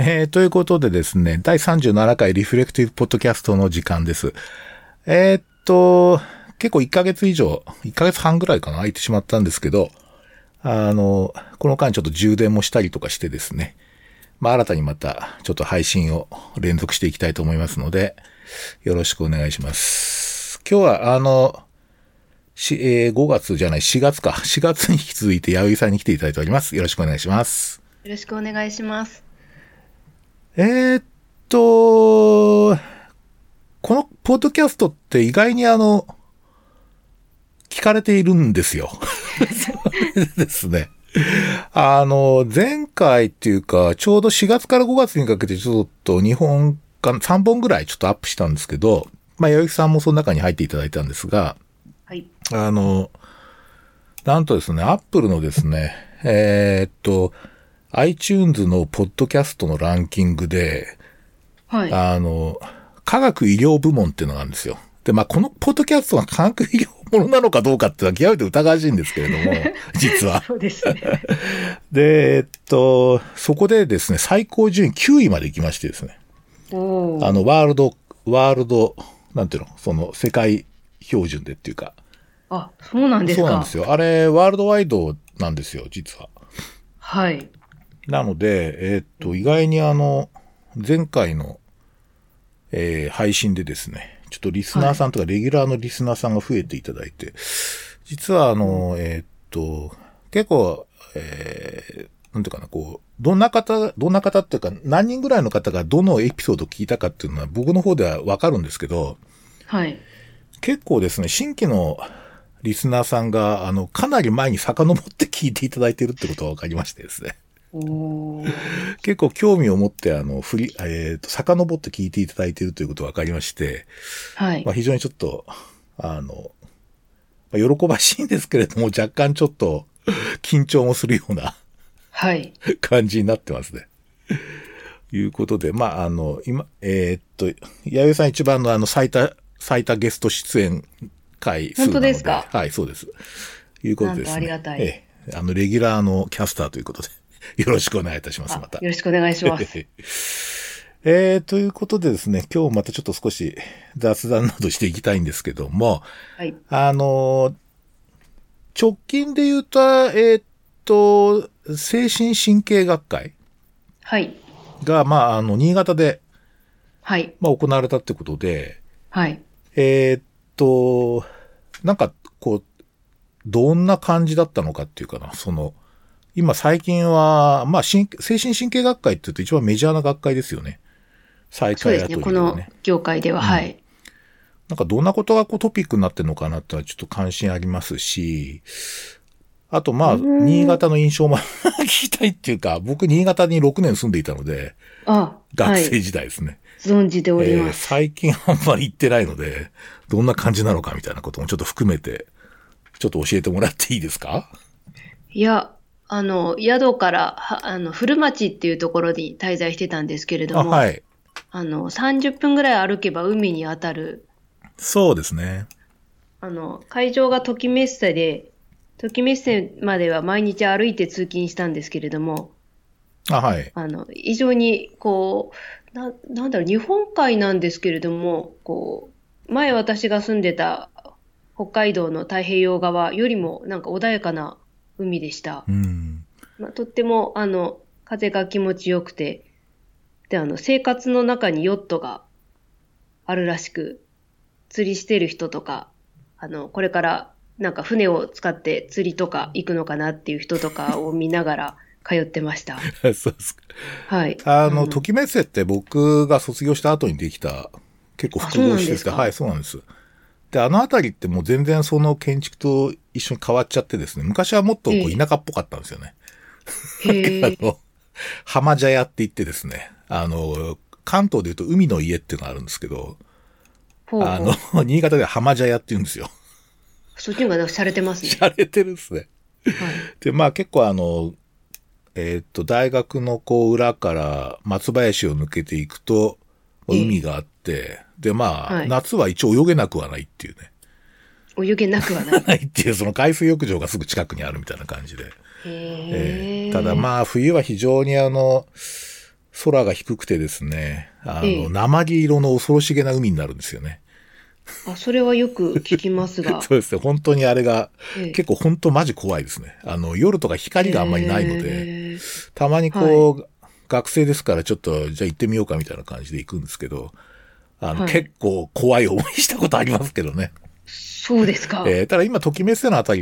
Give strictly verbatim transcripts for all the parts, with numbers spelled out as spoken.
えー、ということでですね、だいさんじゅうななかいリフレクティブポッドキャストの時間です。えー、っと、結構いっかげつ以上、いっかげつはんぐらいかな、空いてしまったんですけど、あの、この間ちょっと充電もしたりとかしてですね、まあ新たにまたちょっと配信を連続していきたいと思いますので、よろしくお願いします。今日はあの、しえー、ごがつじゃない、しがつか。しがつに引き続いて、やうぎさんに来ていただいております。よろしくお願いします。 よろしくお願いします。 えー、っと、このポッドキャストって意外にあの、聞かれているんですよ。それでですね。あの、前回っていうか、ちょうどしがつからごがつにかけてちょっとにほんか、さんぼんぐらいちょっとアップしたんですけど、まあ、やうぎさんもその中に入っていただいたんですが、 はい。 あの、なんとですね、アップルのですね、えー、っと、iTunes のポッドキャストのランキングで、 はい。 あの、科学医療部門っていうのがあるんですよ。で、まあ、このポッドキャストが科学医療ものなのかどうかっていうのは極めて疑わしいんですけれども、実は。 そうですね。 で、えっと、そこでですね、最高順位きゅういまで行きましてですね。 おー。 あの、ワールド、ワールド、なんていうの、その、世界標準でっていうか。 あ、そうなんですか。 そうなんですよ。あれ、ワールドワイドなんですよ、実は。 はい。 なので、えーっと、意外にあの、前回の、えー配信でですね、ちょっとリスナーさんとかレギュラーのリスナーさんが増えていただいて、実はあの、えーっと、結構、えーなんていうかな、こう、どんな方、どんな方っていうか、何人ぐらいの方がどのエピソードを聞いたかっていうのは僕の方ではわかるんですけど、 はい。 結構ですね、新規のリスナーさんが、あの、かなり前に遡って聞いていただいているってことが分かりましてですね。 おー。 結構興味を持って、あの、振り、えっと、遡って聞いていただいているということが分かりまして、 はい。 まあ非常にちょっと、あの、まあ喜ばしいんですけれども、若干ちょっと緊張もするようなはい。 感じになってますね。いうことで、まあ、あの、今、えーっと、やゆさん一番のあの、最多、最多ゲスト出演回数なので。 本当ですか？ はい、そうです。いうことですね。 なんとありがたい。 ええ、あの、レギュラーのキャスターということで、よろしくお願いいたします、 あ、 また。 よろしくお願いします。 えー、ということでですね、今日またちょっと少し雑談などしていきたいんですけども、 はい。 あの、直近で言うと、えーっと、精神神経学会はい。 が、まあ、あの、新潟で、 はい。 まあ、行われたってことで、 はい。 えーっと、なんか、こう、どんな感じだったのかっていうかな、その、今最近は、まあ、神精神神経学会って言うと一番メジャーな学会ですよね。再そうですね。 開アトこのリエではね。 業界では、はい。 なんかどんなことがこうトピックになってるのかなってのはちょっと関心ありますし、あとまうあ、新ーん。 潟の印象も聞きたいっていうか、僕新潟にろくねん住んでいたので、 あ、 学生はい。 時代ですね。 存じておりえーます。 最近あんまり行ってないので、どんな感じなのかみたいなこともちょっと含めて、ちょっと教えてもらっていいですか？ いや、あの、宿から、はあの、古町っていうところに滞在してたんですけれどあ、はも、 い。 あの、さんじゅっぷんぐらい歩けば海に当たる、 そうですね。 あの、会場がときめっせで、ときめっせまでは毎日歩いて通勤したんですけれども、 あ、はい。 あの、非常に、こう、な、なんだろう、日本海なんですけれども、こう、前私が住んでた北海道の太平洋側よりもなんか穏やかな海でした。 うん。 まあ、とっても、あの、風が気持ちよくて、で、あの、生活の中にヨットがあるらしく、釣りしてる人とか、あの、これからなんか船を使って釣りとか行くのかなっていう人とかを見ながら通ってました。 そうですか。 はい。 あの、とあの、 きめっせって僕が卒業した後にできた、結構あ、 複そうな合施設で、はんですか。 い、そうなんです。で、あの辺りってもう全然その建築と一緒に変わっちゃってですね、昔はもっとこうええ。 田舎っぽかったんですよね。 へえ。 あの、浜茶屋って言ってですね、あの、関東で言うと海の家っていうのがあるんですけど、あほうほの、新潟では浜茶屋って言うんですよ。 う。そっちの方がなんか洒落てますね。 洒落てるんですね。 はい。 で、まあ結構あの、えーっと、大学のこう裏から松林を抜けていくと、 ええ。 海があって、で、まあ、 はい。 夏は一応泳げなくはないっていうね。 泳げなくはない。 ないっていう、その海水浴場がすぐ近くにあるみたいな感じで。えーただへえ。 まあ、冬は非常にあの、 空が低くてですね、あの、 ええ。 鉛色の恐ろしげな海になるんですよね。 あ、それはよく聞きますが。 そうですね。本当にあれが、 ええ。 結構本当マジ怖いですね。あの、夜とか光があんまりないので、 ええ。 たまにはい。 こう、学生ですからちょっと、じゃあ行ってみようかみたいな感じで行くんですけど、あの、 はい。 結構怖い思いしたことありますけどね。 そうですか。 えー、ただ今、ときめせのあたりって、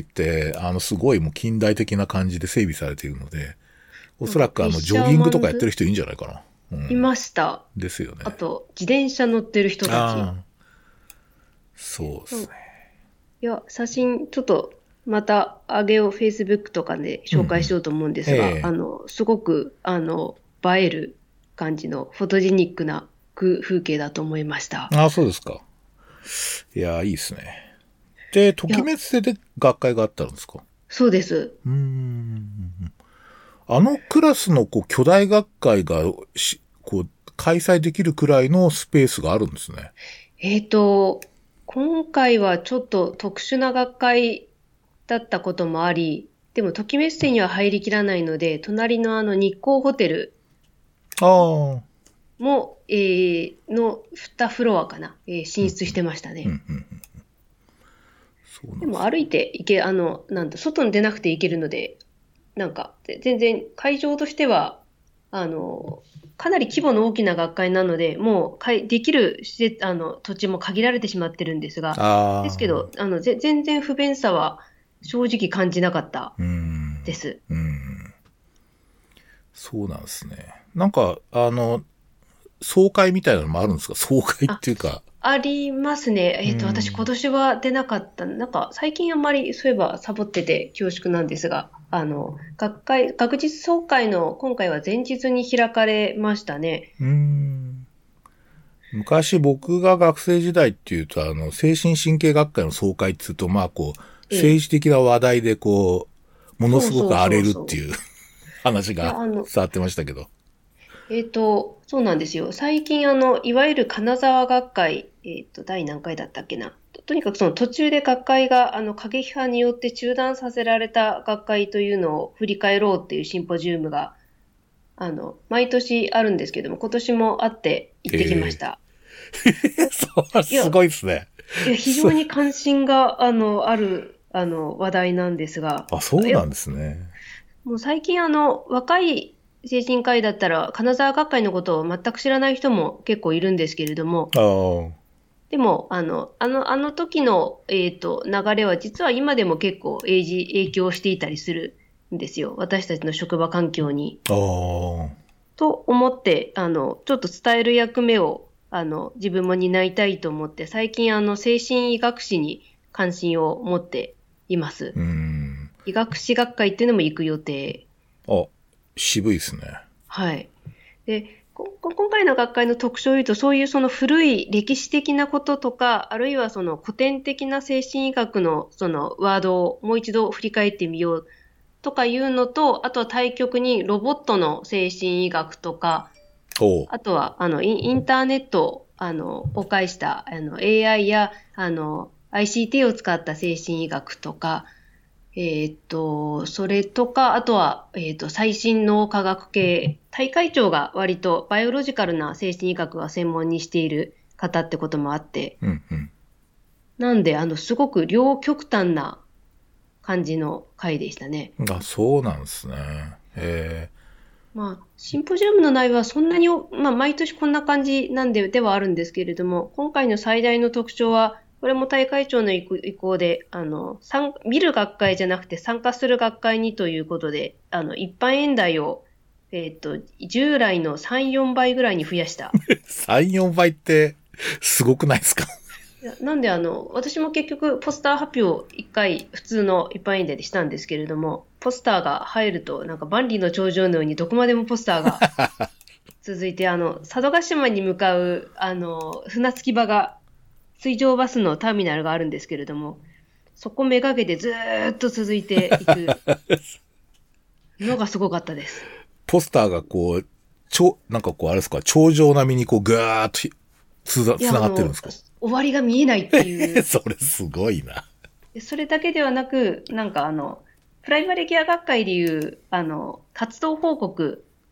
あの、すごいもう近代的な感じで整備されているので、おなんか、 そらくあの、ジョフィッシャーギングとかやってるマンズ人いるんじゃないかな。うん。 いました。 ですよね。 あと、自転車乗ってる人たち。 ああ、そうですね。 うん。いや、写真、ちょっと、また、あげを Facebook とかでうんうん。 紹介しようと思うんですが、あえの、すごく、あの、映える感じのフォトジェニックな風風景だと思いました。 えああ、そうですか。いや、いいですね。で、といや、 きめせで学会があったんですか？ そうです。 うーん。あのクラスのこう巨大学会がしこう開催できるくらいのスペースがあるんですね。 えっと、今回はちょっと特殊な学会だったこともあり、でも、ときめっせには入りきらないので、隣のあの日光ホテルああ。 も、えー、のにフロアかな、えー進出してましたね。 うんうん。そうなんですね。 でも歩いて行け、あの、なんだ、外に出なくて行けるので、なんか、ぜ全然会場としては、あの、かなり規模の大きな学会なので、もうかい、できる施設、あの、土地も限られてしまってるんですが、ですけああ。 ど、あの、ぜ全然不便さは正直感じなかったうーん。 です。 うーん。そうなんですね。なんか、あの、総会みたいなのもあるんですか？総会っあ、 ていうか。 ありますね。 うーえっと、私今ん。 年は出なかった。なんか最近あんまりそういえばサボってて恐縮なんですが、あの、学会、学術総会の今回は前日に開かれましたね。 うーん。昔僕が学生時代っていうと、あの、精神神経学会の総会っていうと、まあこう、 ええ。 政治的な話題でこう、ものすごそうそうく荒れそうそう。 るっていう話いや、 があの、 伝わってましたけど。 えっと、そうなんですよ。最近、あの、いわゆる金沢学会、えっと、第何回だったっけな。と、とにかくその途中で学会が、あの、過激派によって中断させられた学会というのを振り返ろうっていうシンポジウムが、あの、毎年あるんですけども、今年もあって行ってきましえた。 えそう、すいや、 ごいですね。 いや、非す常に関心が、あの、ある、あの、話題なんですが、 あ、そういや、 なんですね。 もう最近あの、若い精神科医だったら、金沢学会のことを全く知らない人も結構いるんですけれども、 ああ。 でも、あの、あの、あの時の、えっと、流れは実は今でも結構影じ影響していたりするんですよ。私たちの職場環境に。 ああ。 と思って、あの、ちょっと伝える役目を、あの、自分も担いたいと思って、最近あの、精神医学史に関心を持っています。 うーん。 医学史学会っていうのも行く予定。 あ、渋いですね。 はい。で、こ今回の学会の特徴を言うと、そういうその古い歴史的なこととか、あるいはその古典的な精神医学のそのワードをもう一度振り返ってみようとかいうのと、あとは対極にロボットの精神医学とか、 おう。 あとはあのインインターネットをあのを介したあの エーアイ やあの アイシーティー を使った精神医学とか、えーっと、それとか、あとは、えーっと、最新脳科学系、大会長が割とバイオロジカルな精神医学が専門にしている方ってこともあって、 うんうん。 なんで、あの、すごく両極端な感じの回でしたね。 あ、そうなんですね。えまあ、シンポジウムの内容はそんなにお、まあ、毎年こんな感じなんで、ではあるんですけれども、今回の最大の特徴は、これも大会長の意向意向で、あの、参見る学会じゃなくて参加する学会にということで、あの、一般演題を、えっと、従来のさん、よんばいぐらいに増やした。 ー、さん、よんばいってすごくないですか？ いやなんであの、私も結局ポスター発表を一回普通の一般演題でしたんですけれども、ポスターが入るとなんか万里の長城のようにどこまでもポスターが続いて、あの、佐渡島に向かう、あの、船着き場が、水上バスのターミナルがあるんですけれども、そこめがけてずーっと続いていくのがすごかったです。 ポスターがこう、ちょ、なんかこうあれですか、頂上並みにこうガーッとひつな、 いや、 つなあの、 がってるんですか？ 終わりが見えないっていう、 それすごいな。 でそれだけではなく、なんかあの、プライマリケア学会でいう、あの、活動報告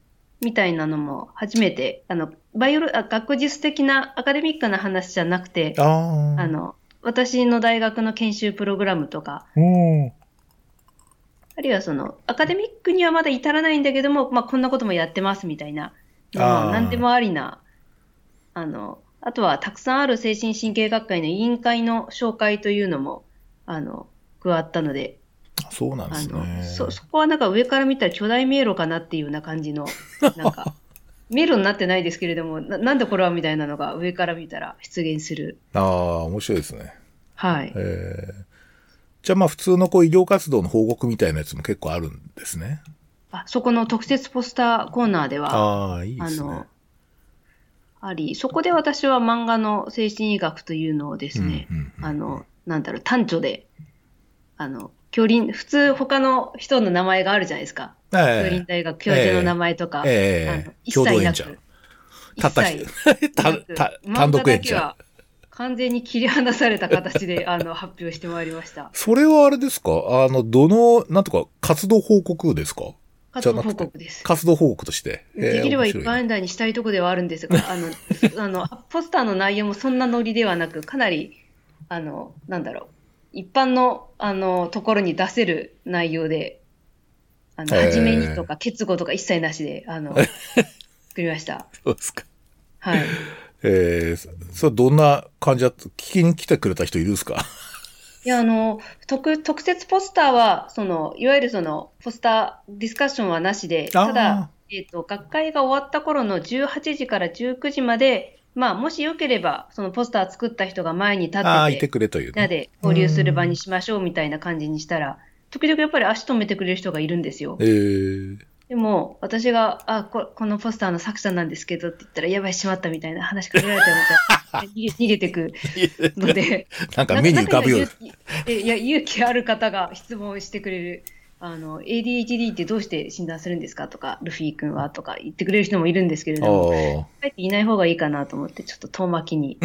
みたいなのも初めて、あの、バイオロ、あ学術的なアカデミックな話じゃなくて、 ああ。 あの、私の大学の研修プログラムとか、 うん。 あるいはその、アカデミックにはまだ至らないんだけども、まあ、こんなこともやってますみたいなのも、 あー何でもありな、あの、あとはたくさんある精神神経学会の委員会の紹介というのも、あの、加わったので、 そうなんですあの、 ね。 そ、そこはなんか上から見たら巨大迷路かなっていうような感じの、なんか、迷路になってないですけれども、な、なんでこれはみたいなのが上から見たら出現する。 ああ、面白いですね。 はい。 えー、じゃあまあ普通のこう医療活動の報告みたいなやつも結構あるんですね。 あ、そこの特設ポスターコーナーでは、 ああ、いいであすね。 の、あり、そこで私は漫画の精神医学というのをですね、 うんうんうんあの、なんだろう、単著で、あの、教林、普通他の人の名前があるじゃないですか。 ええ教林大学教授の名前とか、 ええあの、一共同切な演者く、 たった一切たなく、 た単漫画独演者。 だけは完全に切り離された形で、あの、発表してまいりました。 それはあれですか、あの、どの、なんとか活動報告ですか？ 活動報告です。 活動報告として。 できれば一面白いな般題にしたいところではあるんですが、あの、あの、ポスターの内容もそんなノリではなく、かなり、あの、なんだろう、一般の、あの、ところに出せる内容で、あの、 へーはじめにとか、結語とか一切なしで、あの、作りました。 そうですか。 はい。 えー、それどんな感じだった聞きに来てくれた人いるんですか？ いや、あの、特、特設ポスターは、その、いわゆるその、ポスターディスカッションはなしで、ただ、えっと、学会が終わった頃のじゅうはちじからじゅうくじまで、まあ、もしよければ、そのポスター作った人が前に立ああ、 ってて、 いてくれという、ね。 みんなで交流する場にしましょうみたいな感じにしたら、時々やっぱり足止めてくれる人がいるんですよ。 えー、 でも、私が、あ、こ、このポスターの作者なんですけどって言ったら、やばい、しまったみたいな話しかけられたみたいな、逃げ、逃げてくので、 なんか目に浮かぶよう中には勇気、いや、勇気ある方が質問してくれる。あの、エーディーエイチディー ってどうして診断するんですかとか、ルフィ君はとか言ってくれる人もいるんですけれども、あえていない方がいいかなと思って、ちょっと遠巻きに、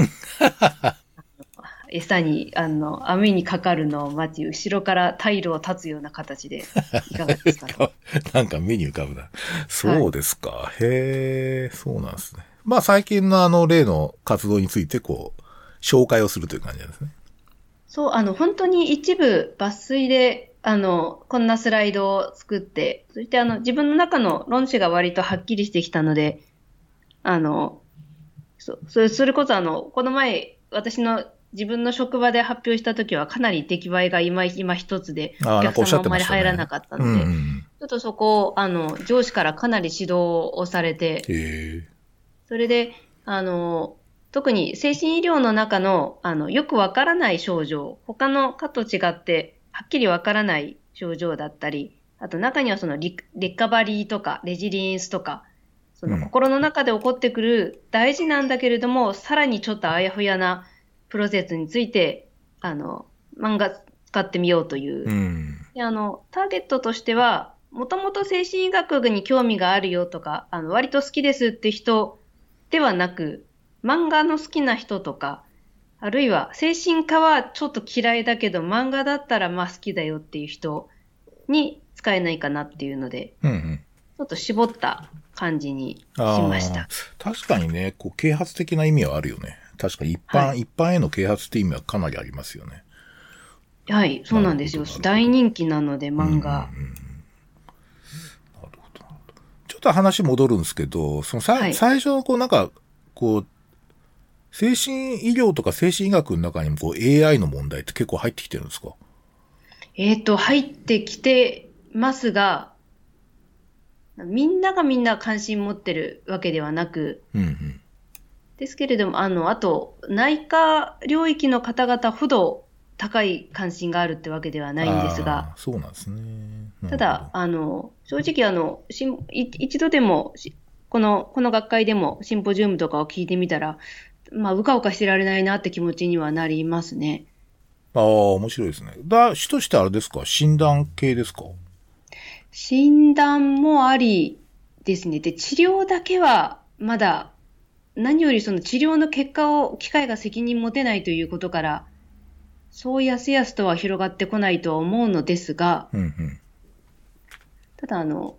餌に、あの、網にかかるのを待ち、後ろから退路を断つような形で、いかがですかと。 なんか目に浮かぶな。そうですか。はい、へえ、そうなんですね。まあ最近のあの例の活動についてこう、紹介をするという感じなんですね。 そう、あの、本当に一部抜粋で、あの、こんなスライドを作って、そしてあの、自分の中の論旨が割とはっきりしてきたので、あの、そ、それ、それこそあの、この前、私の自分の職場で発表したときはかなり出来栄えが今、今一つで、お客さんもあんまり入らなかったので、うんうん、ちょっとそこを、あの、上司からかなり指導をされて、 へそれで、あの、特に精神医療の中の、あの、よくわからない症状、他の科と違って、はっきりわからない症状だったり、あと中にはそのリ、リカバリーとか、レジリエンスとか、その心の中で起こってくる大事なんだけれども、うん、さらにちょっとあやふやなプロセスについて、あの、漫画使ってみようという。うん、であの、ターゲットとしては、もともと精神医学に興味があるよとか、あの、割と好きですって人ではなく、漫画の好きな人とか、あるいは精神科はちょっと嫌いだけど、漫画だったらまあ好きだよっていう人に使えないかなっていうので、うんうん、ちょっと絞った感じにしました。 確かにね、こう啓発的な意味はあるよね。確かに一般、はい、一般への啓発って意味はかなりありますよね。 はい、そうなんですよ。大人気なので、漫画。うんうんうん、なるほど。ちょっと話戻るんですけど、そのさ、はい、最初のこうなんか、こう、精神医療とか精神医学の中にもこう エーアイ の問題って結構入ってきてるんですか？ えっと、入ってきてますが、みんながみんな関心持ってるわけではなく、うんうん、ですけれども、あの、あと、内科領域の方々ほど高い関心があるってわけではないんですが、 そうなんですね。 ただ、あの、正直、あの、しん一度でも、この、この学会でもシンポジウムとかを聞いてみたら、まあ、うかうかしてられないなって気持ちにはなりますね。 ああ、面白いですね。だ、主としてあれですか？診断系ですか？ 診断もありですね。で、治療だけはまだ、何よりその治療の結果を機械が責任持てないということから、そうやすやすとは広がってこないとは思うのですが、うんうん、ただあの、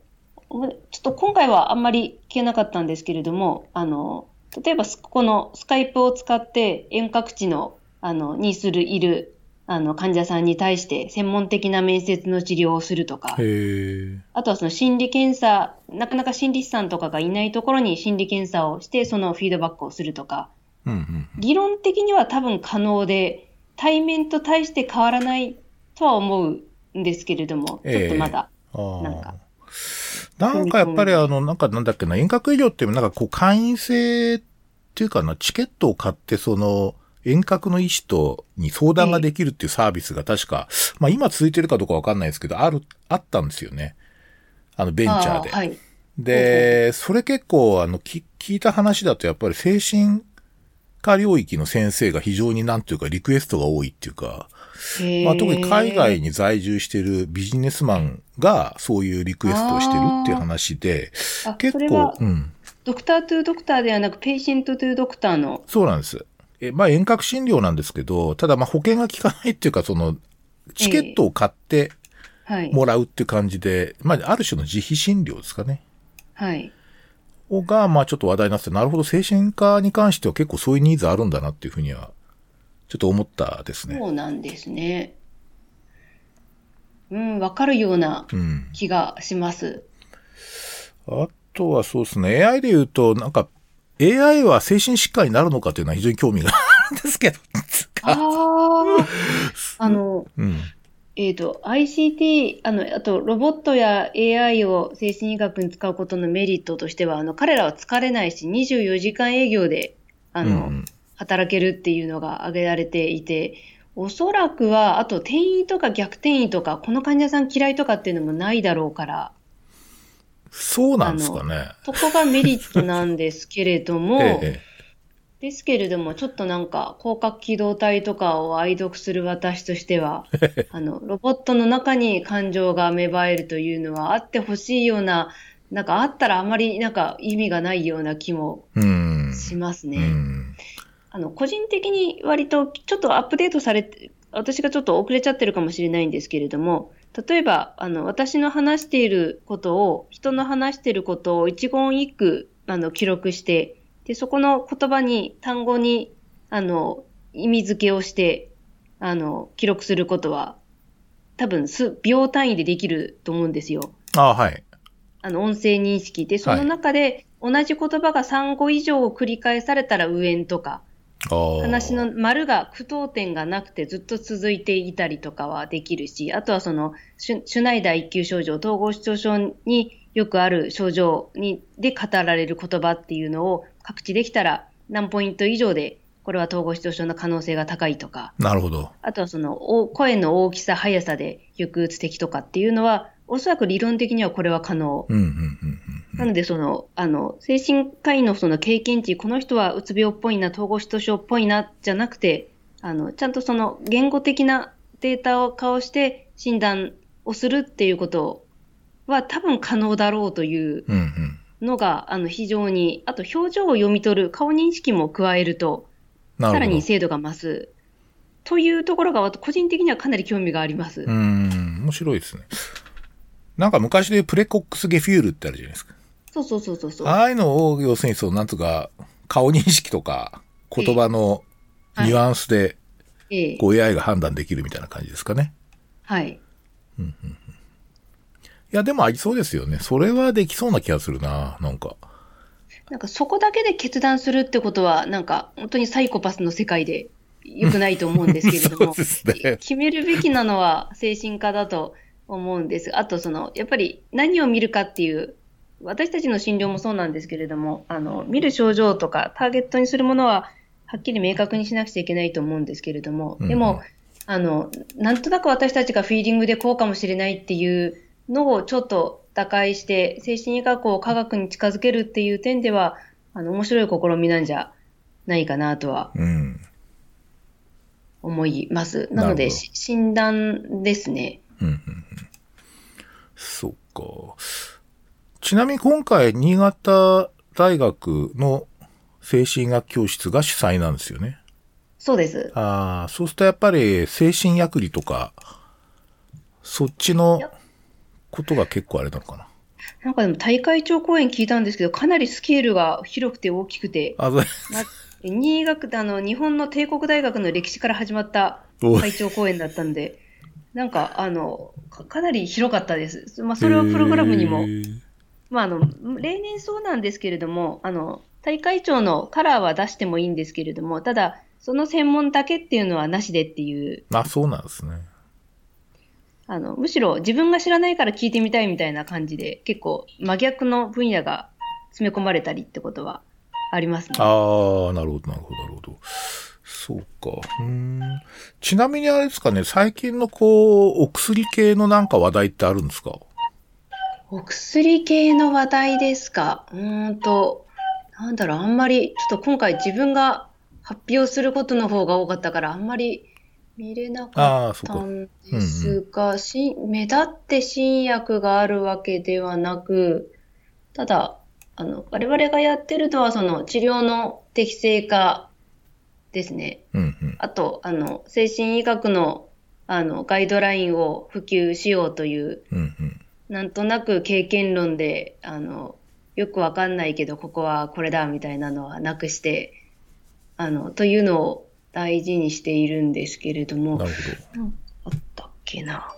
ちょっと今回はあんまり聞けなかったんですけれども、あの、例えばこのスカイプを使って遠隔地の、あの、にする、いる、あの、患者さんに対して専門的な面接の治療をするとか、 へあとはその心理検査、なかなか心理師さんとかがいないところに心理検査をして、そのフィードバックをするとか、 うんうんうん、 理論的には多分可能で、対面と対して変わらないとは思うんですけれども、ちょっとまだ、なんか。 なんかやっぱりあの、なんかなんだっけな、遠隔医療ってなんかこう会員制っていうかな、チケットを買ってその、遠隔の医師とに相談ができるっていうサービスが確か、まあ今続いてるかどうかわかんないですけど、ある、あったんですよね。あのベンチャーで。 はい、 で、それ結構あの、き、聞いた話だとやっぱり精神科領域の先生が非常になんていうかリクエストが多いっていうか、まあ特に海外に在住しているビジネスマンがそういうリクエストをしてるっていう話で、結構、うん。 ドクタートゥードクターではなくペイシェントトゥードクターの。 そうなんです。え、まあ遠隔診療なんですけど、ただまあ保険が効かないっていうか、その、チケットを買ってもらうっていう感じで、えーはい、まあある種の自費診療ですかね。 はい。 が、まあちょっと話題になって、なるほど、精神科に関しては結構そういうニーズあるんだなっていうふうには、ちょっと思ったですね。 そうなんですね。うん、わかるような気がします。 うん、あとはそうですね、エーアイ で言うと、なんか、エーアイ は精神疾患になるのかというのは非常に興味があるんですけど。 ああ、あの、 うん、 えっと、アイシーティー、あの、あと、ロボットや エーアイ を精神医学に使うことのメリットとしては、あの、彼らは疲れないし、にじゅうよじかん営業で、あの、うん、働けるっていうのが挙げられていて、おそらくは、あと、転移とか逆転移とか、この患者さん嫌いとかっていうのもないだろうから、 そうなんですかね。 そこがメリットなんですけれども、ええ、ですけれども、ちょっとなんか、広角機動隊とかを愛読する私としては、あの、ロボットの中に感情が芽生えるというのはあってほしいような、なんかあったらあまりなんか意味がないような気もしますね。あの、個人的に割とちょっとアップデートされて、私がちょっと遅れちゃってるかもしれないんですけれども、例えば、あの、私の話していることを、人の話していることを一言一句、あの、記録して、で、そこの言葉に、単語に、あの、意味付けをして、あの、記録することは、多分、数、秒単位でできると思うんですよ。 ああ、はい。 あの、音声認識で、その中で、同じ言葉がさん語以上繰り返されたら無縁とか、話の丸が句読点がなくてずっと続いていたりとかはできるし、あとはその、シュ、シュナイダー一級症状、統合失調症によくある症状に、で語られる言葉っていうのを各地できたら何ポイント以上で、これは統合失調症の可能性が高いとか。 なるほど。 あとはその、声の大きさ、速さで抑うつ的とかっていうのは、おそらく理論的にはこれは可能。 うんうんうんうん、 なので、その、あの、精神科医のその経験値、この人はうつ病っぽいな、統合失調症っぽいな、じゃなくて、あの、ちゃんとその言語的なデータを顔して診断をするっていうことは多分可能だろうというのが、うんうん、あの、非常に、あと表情を読み取る、顔認識も加えると、さらに精度が増す。というところが、個人的にはかなり興味があります。 うん、面白いですね。なんか昔でプレコックスゲフュールってあるじゃないですか。 そうそうそうそうそう。 ああいうのを、要するにそう、なんとか、顔認識とか、言葉のニュアンスで、こう エーアイ が判断できるみたいな感じですかね。 はい。 うんうんうん、いや、でもありそうですよね。それはできそうな気がするな、なんか。 なんかそこだけで決断するってことは、なんか本当にサイコパスの世界で良くないと思うんですけれども、 そうですね、 決めるべきなのは精神科だと思うんです。あとその、やっぱり何を見るかっていう、私たちの診療もそうなんですけれども、あの、見る症状とかターゲットにするものははっきり明確にしなくちゃいけないと思うんですけれども、でも、うん、あの、なんとなく私たちがフィーリングでこうかもしれないっていうのをちょっと打開して、精神医学を科学に近づけるっていう点では、あの、面白い試みなんじゃないかなとは、思います。うん、なので、診断ですね。 うんうんうん、そっか。ちなみに今回、新潟大学の精神医学教室が主催なんですよね。 そうです。 ああ、そうするとやっぱり精神薬理とか、そっちのことが結構あれなのかな。 なんかでも大会長公演聞いたんですけど、かなりスケールが広くて大きくて、 あ、そうま、新学、あの、日本の帝国大学の歴史から始まったお会長公演だったんで、なんか、あの、か、かなり広かったです。まあ、 へそれをプログラムにも、 ー。 まあ、あの、例年そうなんですけれども、あの、大会長のカラーは出してもいいんですけれども、ただ、その専門だけっていうのはなしでっていう、 あ、そうなんですね。 あの、むしろ自分が知らないから聞いてみたいみたいな感じで、結構真逆の分野が詰め込まれたりってことはありますね。 ああ、なるほど、なるほど、なるほど。そうか。うーん。ちなみにあれですかね、最近のこう、お薬系のなんか話題ってあるんですか？ お薬系の話題ですか。うーんと、なんだろう、あんまり、ちょっと今回自分が発表することの方が多かったから、あんまり見れなかっああ、そっか。 たんでうんうん。 すが、し、目立って新薬があるわけではなく、ただ、あの、我々がやってるのは、その治療の適正化ですね。 うんうん。 あと、あの、精神医学の、あの、ガイドラインを普及しようという、 うんうん。 なんとなく経験論で、あの、よくわかんないけど、ここはこれだみたいなのはなくして、あの、というのを大事にしているんですけれども、 なるほど。 なんかあったっけな。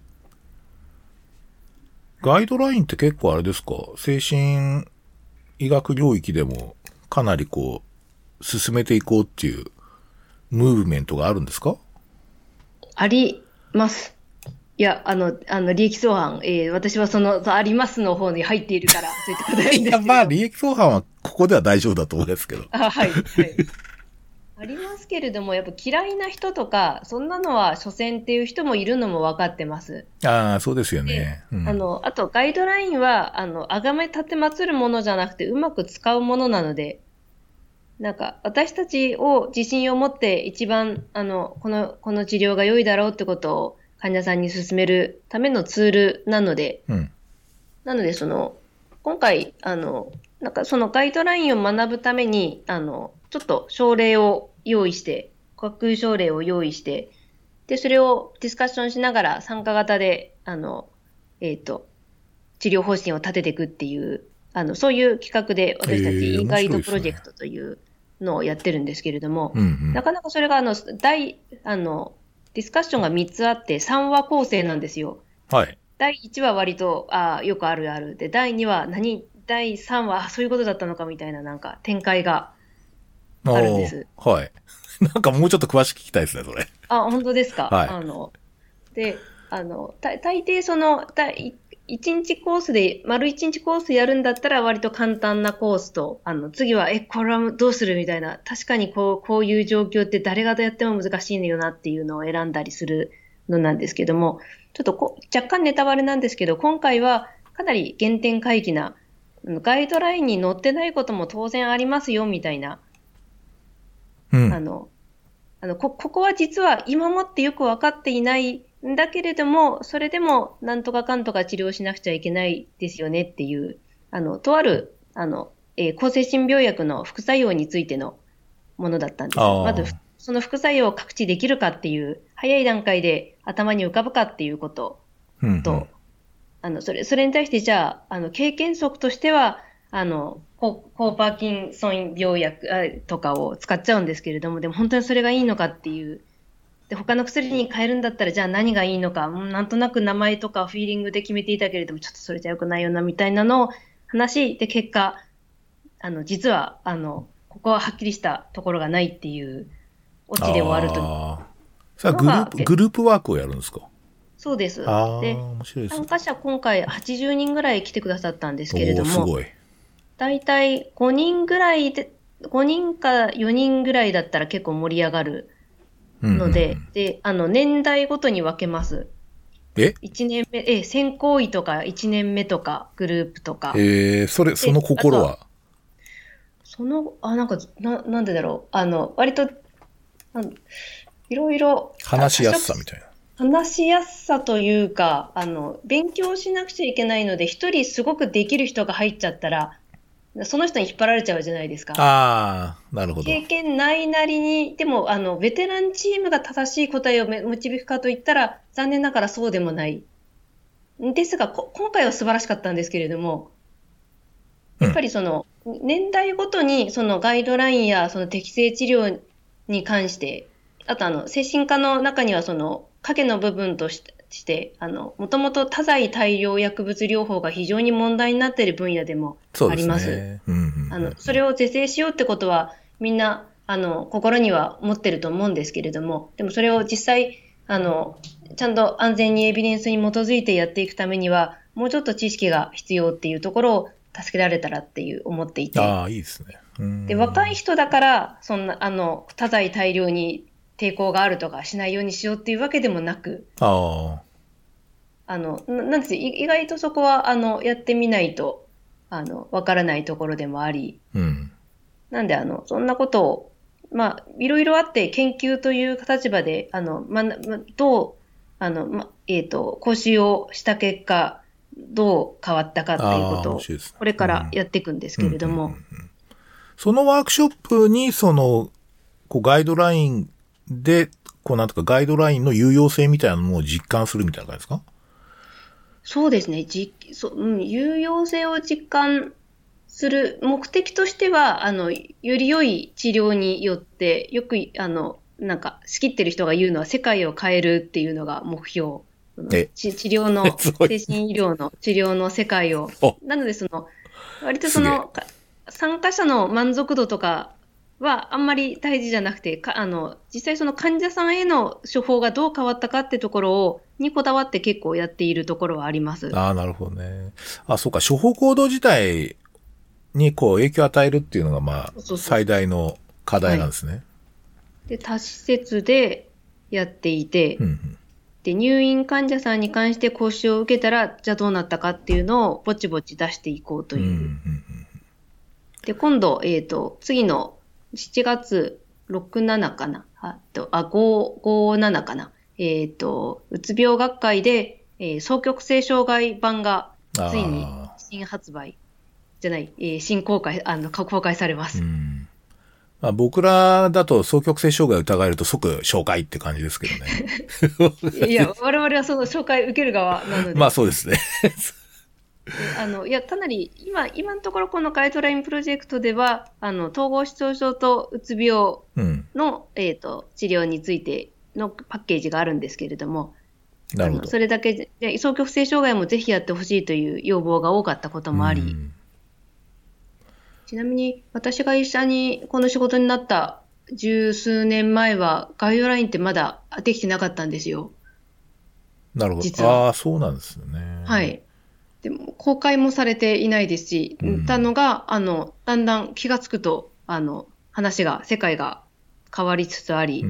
ガイドラインって結構あれですか？精神医学領域でもかなりこう、進めていこうっていうムーブメントがあるんですか？ あります。いや、あの、あの、利益相反、えー私はその、ありますの方に入っているから、そういった答えるんいや、まあ、 ですけれど。 利益相反はここでは大丈夫だと思うんですけど。 あ、はい、はい。ありますけれども、やっぱ嫌いな人とか、そんなのは所詮っていう人もいるのも分かってます。 ああ、そうですよで、 ね。うん。 あの、あとガイドラインは、あの、崇め立てまつるものじゃなくて、うまく使うものなので、なんか、私たちを自信を持って一番、あの、この、この治療が良いだろうってことを患者さんに勧めるためのツールなので、 うん。 なので、その、今回、あの、なんかそのガイドラインを学ぶために、あの、ちょっと症例を用意して、架空症例を用意して、で、それをディスカッションしながら参加型で、あの、えっと、治療方針を立てていくっていう、あの、そういう企画で私たちええ、 e 面ガイ白いですね。 ドプロジェクトというのをやってるんですけれども、 うんうん。 なかなかそれがあの、大、あの、ディスカッションがみっつあってさんわ構成なんですよ。 はい。 だいいちは割と、ああ、よくあるある。で、だいには何、だいさんは、あそういうことだったのかみたいななんか展開があるんでおー、 す。 はい。なんかもうちょっと詳しく聞きたいですね、それ。 あ、本当ですか。 はい。 あの、で、あの、た大抵その、たい一日コースで、丸一日コースやるんだったら割と簡単なコースと、あの、次は、え、これはどうするみたいな、確かにこう、こういう状況って誰がやっても難しいのよなっていうのを選んだりするのなんですけども、ちょっとこ若干ネタバレなんですけど、今回はかなり原点回帰な、うんガイドラインに載ってないことも当然ありますよみたいな、 うん。 あの、あの、こ、ここは実は今もってよくわかっていないんだけれども、それでもなんとかかんとか治療しなくちゃいけないですよねっていう、あの、とある、あの、えー抗精神病薬の副作用についてのものだったんです。まず、 あその副作用を覚知できるかっていう、早い段階で頭に浮かぶかっていうことあ。うんうん。 と、あの、それ、それに対してじゃあ、あの、経験則としては、あの、抗抗パーキンソン病薬あとかを使っちゃうんですけれども、でも本当にそれがいいのかっていう、で、他の薬に変えるんだったら、じゃあ何がいいのか、うんなんとなく名前とかフィーリングで決めていたけれども、ちょっとそれじゃ良くないよな、みたいなのを話で、結果、あの、実は、あの、ここははっきりしたところがないっていう、オチで終わるというああ。さあ、グループ、 のがでグループワークをやるんですか？ そうです。 ああ、 で、 面白いですね。 参加者今回はちじゅうにんぐらい来てくださったんですけれおー、 ども、 すごい。 だいたいごにんぐらいで、ごにんかよにんぐらいだったら結構盛り上がるうんうんうので、 ん。 で、あの、年代ごとに分けます。 えいちねんめ、え、専攻医とかいちねんめとか、グループとか。 えー、それ、そので、あとは、 心は？ その、あ、なんか、な、なんでだろう。あの、割と、なんいろいろ、た話しやす多色、 さみたいな。 話しやすさというか、あの、勉強しなくちゃいけないので、一人すごくできる人が入っちゃったら、その人に引っ張られちゃうじゃないですか。 ああ、なるほど。 経験ないなりに、でも、あの、ベテランチームが正しい答えをめ導くかといったら、残念ながらそうでもない。 ですがこ、今回は素晴らしかったんですけれども、やっぱりその、年代ごとにそのガイドラインやその適正治療に関して、あとあの、精神科の中にはその、影の部分として、してあの、もともと多剤大量薬物療法が非常に問題になっている分野でもあります。そうですね。うんうんうん、あの、それを是正しようってことは、みんな、あの、心には持ってると思うんですけれども、でもそれを実際、あの、ちゃんと安全にエビデンスに基づいてやっていくためには、もうちょっと知識が必要っていうところを助けられたらっていう思っていて。 ああ、いいですね。 で、若い人だから、そんな、あの、多剤大量に抵抗があるとかしないようにしようっていうわけでもなく、 ああ。 あの、ななんです意外とそこは、あの、やってみないと、あの、わからないところでもあり、 うん。 なんで、あの、そんなことを、まあ、いろいろあって研究という立場で、あの、ま、まどう、あの、ま、えっと、講習をした結果、どう変わったかっていうことを、これからやっていくんですけれども。 そのワークショップに、その、こう、ガイドラインで、こう、なんとかガイドラインの有用性みたいなものを実感するみたいな感じですか？ そうですね。じそうん、有用性を実感する目的としては、あの、より良い治療によって、よく、あの、なんか、仕切ってる人が言うのは世界を変えるっていうのが目標。治療の、精神医療の治療の世界を。なので、その、割とその、参加者の満足度とかはあんまり大事じゃなくて、かあの、実際その患者さんへの処方がどう変わったかってところを、にこだわって結構やっているところはあります。 ああ、なるほどね。あ、そうか、処方行動自体にこう影響を与えるっていうのが、まあ、最大の課題なんですね。はい、 で、多施設でやっていて、うんうん、で、入院患者さんに関して講習を受けたら、じゃあどうなったかっていうのをぼちぼち出していこうという。うんうんうん、で、今度、えっと、次のしちがつろく、しちかな。あと、あ、ご、ご、しちかな。えっと、うつ病学会で、えー、双極性障害版がついに新発売じゃない、えー、新公開、あの、公開されます。 うんまあ、僕らだと双極性障害を疑えると即紹介って感じですけどね。いや、我々はその紹介受ける側なので。 まあそうですね。 あの、いや、かなり、今、今のところこのガイドラインプロジェクトでは、あの、統合失調症とうつ病の、うん、えっと、治療についてのパッケージがあるんですけれども、 なるほど。 それだけで、双極性障害もぜひやってほしいという要望が多かったこともあり、うん、ちなみに私が医者にこの仕事になった十数年前はガイドラインってまだできてなかったんですよ。 なるほど。ああ、そうなんですよね。 はい。でも公開もされていないですし、うん、たのが、あの、だんだん気がつくと、あの、話が、世界が変わりつつあり、うん、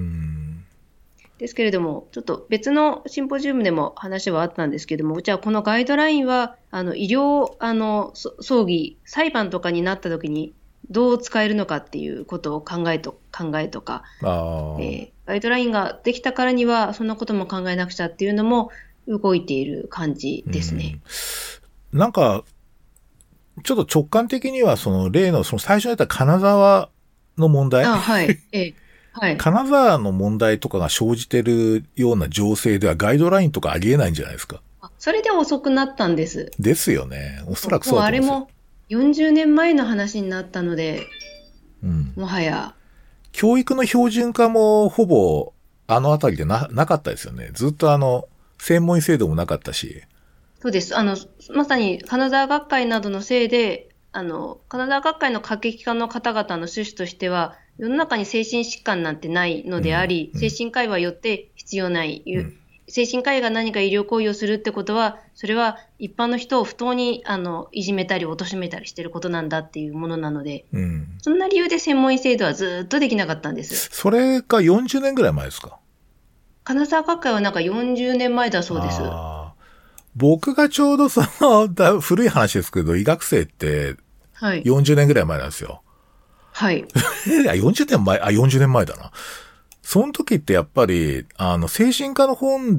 ですけれども、ちょっと別のシンポジウムでも話はあったんですけれども、じゃあこのガイドラインは、あの、医療、あの、葬儀、裁判とかになった時にどう使えるのかっていうことを考えと、考えとか、 あえー、ガイドラインができたからには、そんなことも考えなくちゃっていうのも動いている感じですね。 うん、なんか、ちょっと直感的には、その例の、その最初にやった金沢の問題。 あ、はい。ええはい、 金沢の問題とかが生じてるような情勢ではガイドラインとかありえないんじゃないですか。 それで遅くなったんです。 ですよね。おそらくそうだと思いますよ。 もうあれもよんじゅうねんまえの話になったので、うん、もはや。 教育の標準化もほぼあのあたりで な, なかったですよね。ずっとあの、専門医制度もなかったし。 そうです。あの、まさに金沢学会などのせいで、あの、金沢学会の過激化の方々の趣旨としては、世の中に精神疾患なんてないのであり、うんうん、精神科医はよって必要ない、うん。精神科医が何か医療行為をするってことは、それは一般の人を不当にあのいじめたり貶めたりしてることなんだっていうものなので、うん、そんな理由で専門医制度はずっとできなかったんです。 それがよんじゅうねんぐらい前ですか？ 金沢学会はなんかよんじゅうねんまえだそうです。 あ僕がちょうどその、だ古い話ですけど、医学生ってよんじゅうねんぐらい前なんですよ。 はい。 いや、よんじゅうねんまえ、あ、よんじゅうねんまえだな。その時ってやっぱり、あの、精神科の本って、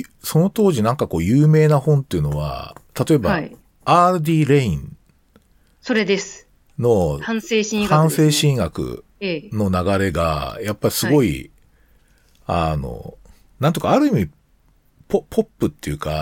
その当時なんかこう有名な本っていうのは、例えば、はい、アールディー レイン。 それです。 の、 反精神医学、 ね。反精神医学の流れが、やっぱりすごい、はい、あの、なんとかある意味、ポ、ポップっていうか、当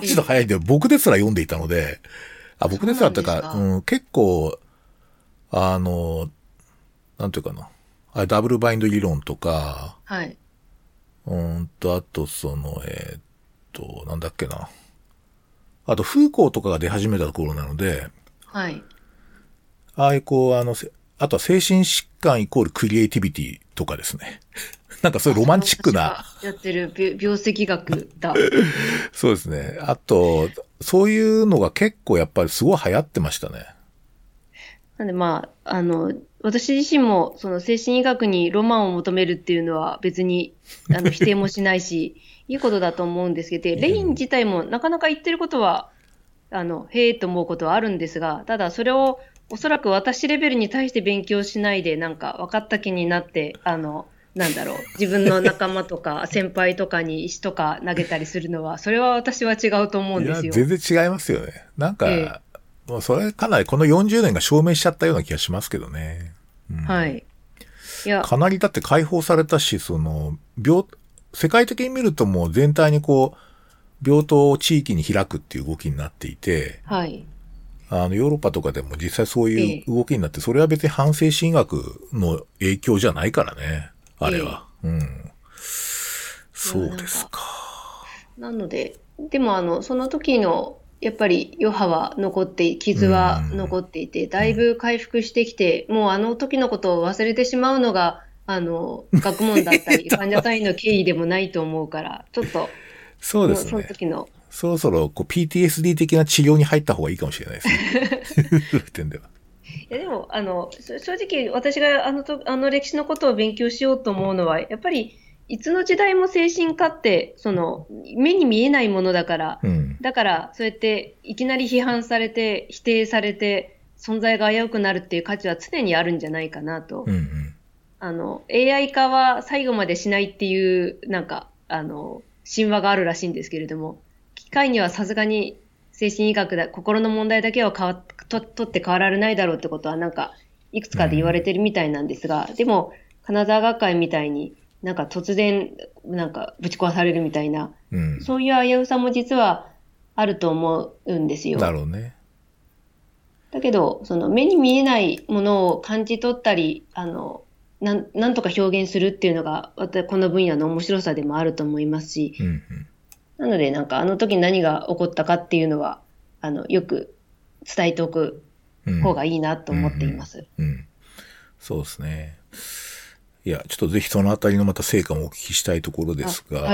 マジで早いんだよ。僕ですら読んでいたので、あ、僕ですらってか、 そうなんですか。 うん、結構、あの、なんていうかな。あダブルバインド理論とか、 はい。 うんと、あと、その、えーっと、なんだっけな。あと、フーコーとかが出始めた頃なので、 はい。 ああいうこう、あの、せあとは精神疾患イコールクリエイティビティとかですね。なんかそういあ、それはうロマンチックな、 私がやってるび病跡学だ。 そうですね。あと、そういうのが結構やっぱりすごい流行ってましたね。 なんでまあ、あの、私自身もその精神医学にロマンを求めるっていうのは別にあの否定もしないし、いいことだと思うんですけど、でレイン自体もなかなか言ってることは、あの、へえと思うことはあるんですが、ただそれをおそらく私レベルに対して勉強しないで、なんか分かった気になって、あの、なんだろう、自分の仲間とか先輩とかに石とか投げたりするのは、それは私は違うと思ういや、 んですよ。 全然違いますよね。なんええ、 か、もうそれかなりこのよんじゅうねんが証明しちゃったような気がしますけどね。うん、 はい。いや、 かなりだって解放されたし、その、病、世界的に見るともう全体にこう、病棟を地域に開くっていう動きになっていて、 はい。 あの、ヨーロッパとかでも実際そういうええ、 動きになって、それは別に反精神医学の影響じゃないからね。あれええ。 は。うん。 いや、 そうなんか、 ですか。 なので、でもあの、その時の、やっぱり余波は残って、 う傷は残ん。 っていて、だいぶ回復してきて、もうあの時のことを忘れてしまうのが、あの、学問だったり、患者さんへの敬意でもないと思うから、ちょっと、その、そのそうですね。 時の、 そろそろこう ピーティーエスディー 的な治療に入った方がいいかもしれないですね。そういう点では。 いやでも、あの、そ正直私があのと、あの歴史のことを勉強しようと思うのは、やっぱり、いつの時代も精神科って、その、目に見えないものだから、 うん。 だから、そうやっていきなり批判されて、否定されて、存在が危うくなるっていう価値は常にあるんじゃないかなと。 うんうん。 あの、エーアイ 化は最後までしないっていう、なんか、あの、神話があるらしいんですけれども、機械にはさすがに精神医学だ、心の問題だけは変わっと、取って変わられないだろうってことは、なんか、いくつかで言われてるみたいなんですが、でも、金沢学会みたいになんか突然、なんかぶち壊されるみたいな、 うん。 そういう危うさも実はあると思うんですよ。 なるほどね。 だけど、その目に見えないものを感じ取ったり、あの、なん、なんとか表現するっていうのが、私この分野の面白さでもあると思いますし、 うんうん。 なのでなんかあの時何が起こったかっていうのは、あの、よく伝えておくうん。 方がいいなと思っています。 うん。うん。そうですね。いや、ちょっとぜひそのあたりのまた成果もお聞きしたいところであ、 すが、 はい。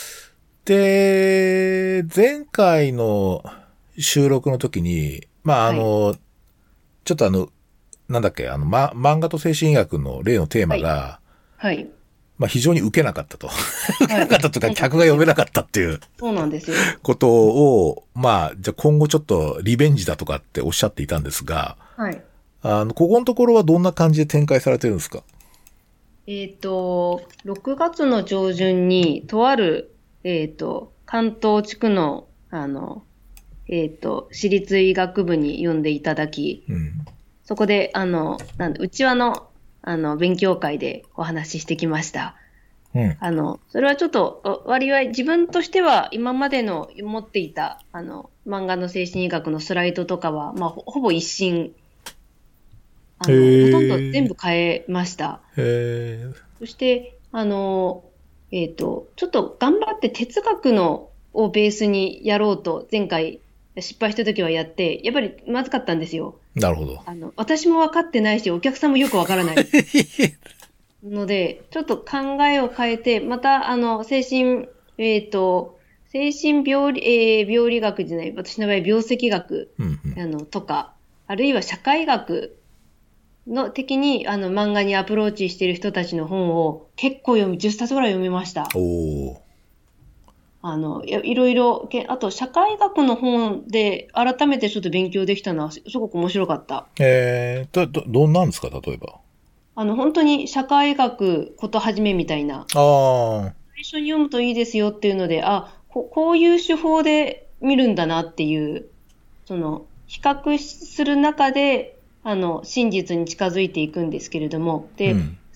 で、前回の収録の時に、まあ、あはい。 の、ちょっとあの、なんだっけ、あの、ま、漫画と精神医学の例のテーはい。 マが、 はい。 まあ、非常に受けなかったと。受けはい。 なかったというか、 そうなん客ですよ。 が読めなかったっていうそうなんですよ。 ことを、まあ、じゃあ今後ちょっとリベンジだとかっておっしゃっていたんですが、 はい。 あの、ここのところはどんな感じで展開されてるんですか？ えっと、ろくがつの上旬に、とある、えっと、関東地区の、あの、えっと、私立医学部に呼んでいただき、 うん。 そこで、あの、なんだ、うちわの、あの、勉強会でお話ししてきました。 うん。 あの、それはちょっと、お割合、自分としては今までの持っていた、あの、漫画の精神医学のスライドとかは、まあ、ほほぼ一新、あへの、ほとんど全え。 部変えました。 へえ。 そして、あの、えっと、ちょっと頑張って哲学のをベースにやろうと、前回失敗した時はやって、やっぱりまずかったんですよ。 なるほど。 あの、私も分かってないし、お客さんもよく分からない。ので、ちょっと考えを変えて、また、あの、精神、えっと、精神病理、えー病理学じゃない、私の場合、病跡学、 うんうん。 あの、とか、あるいは社会学の的に、あの、漫画にアプローチしている人たちの本を結構読み、じゅっさつぐらい読みました。 おお。 あの、いやいろいろ、けあと、社会学の本で改めてちょっと勉強できたのはすすごく面白かった。 えー、ど、ど、どんなんですか、例えば？ あの、本当に社会学ことはじめみたいな、 ああ。 最初に読むといいですよっていうので、あ、こ、こういう手法で見るんだなっていう、その、比較する中で、あの、真実に近づいていくんですけれども、で、 うん。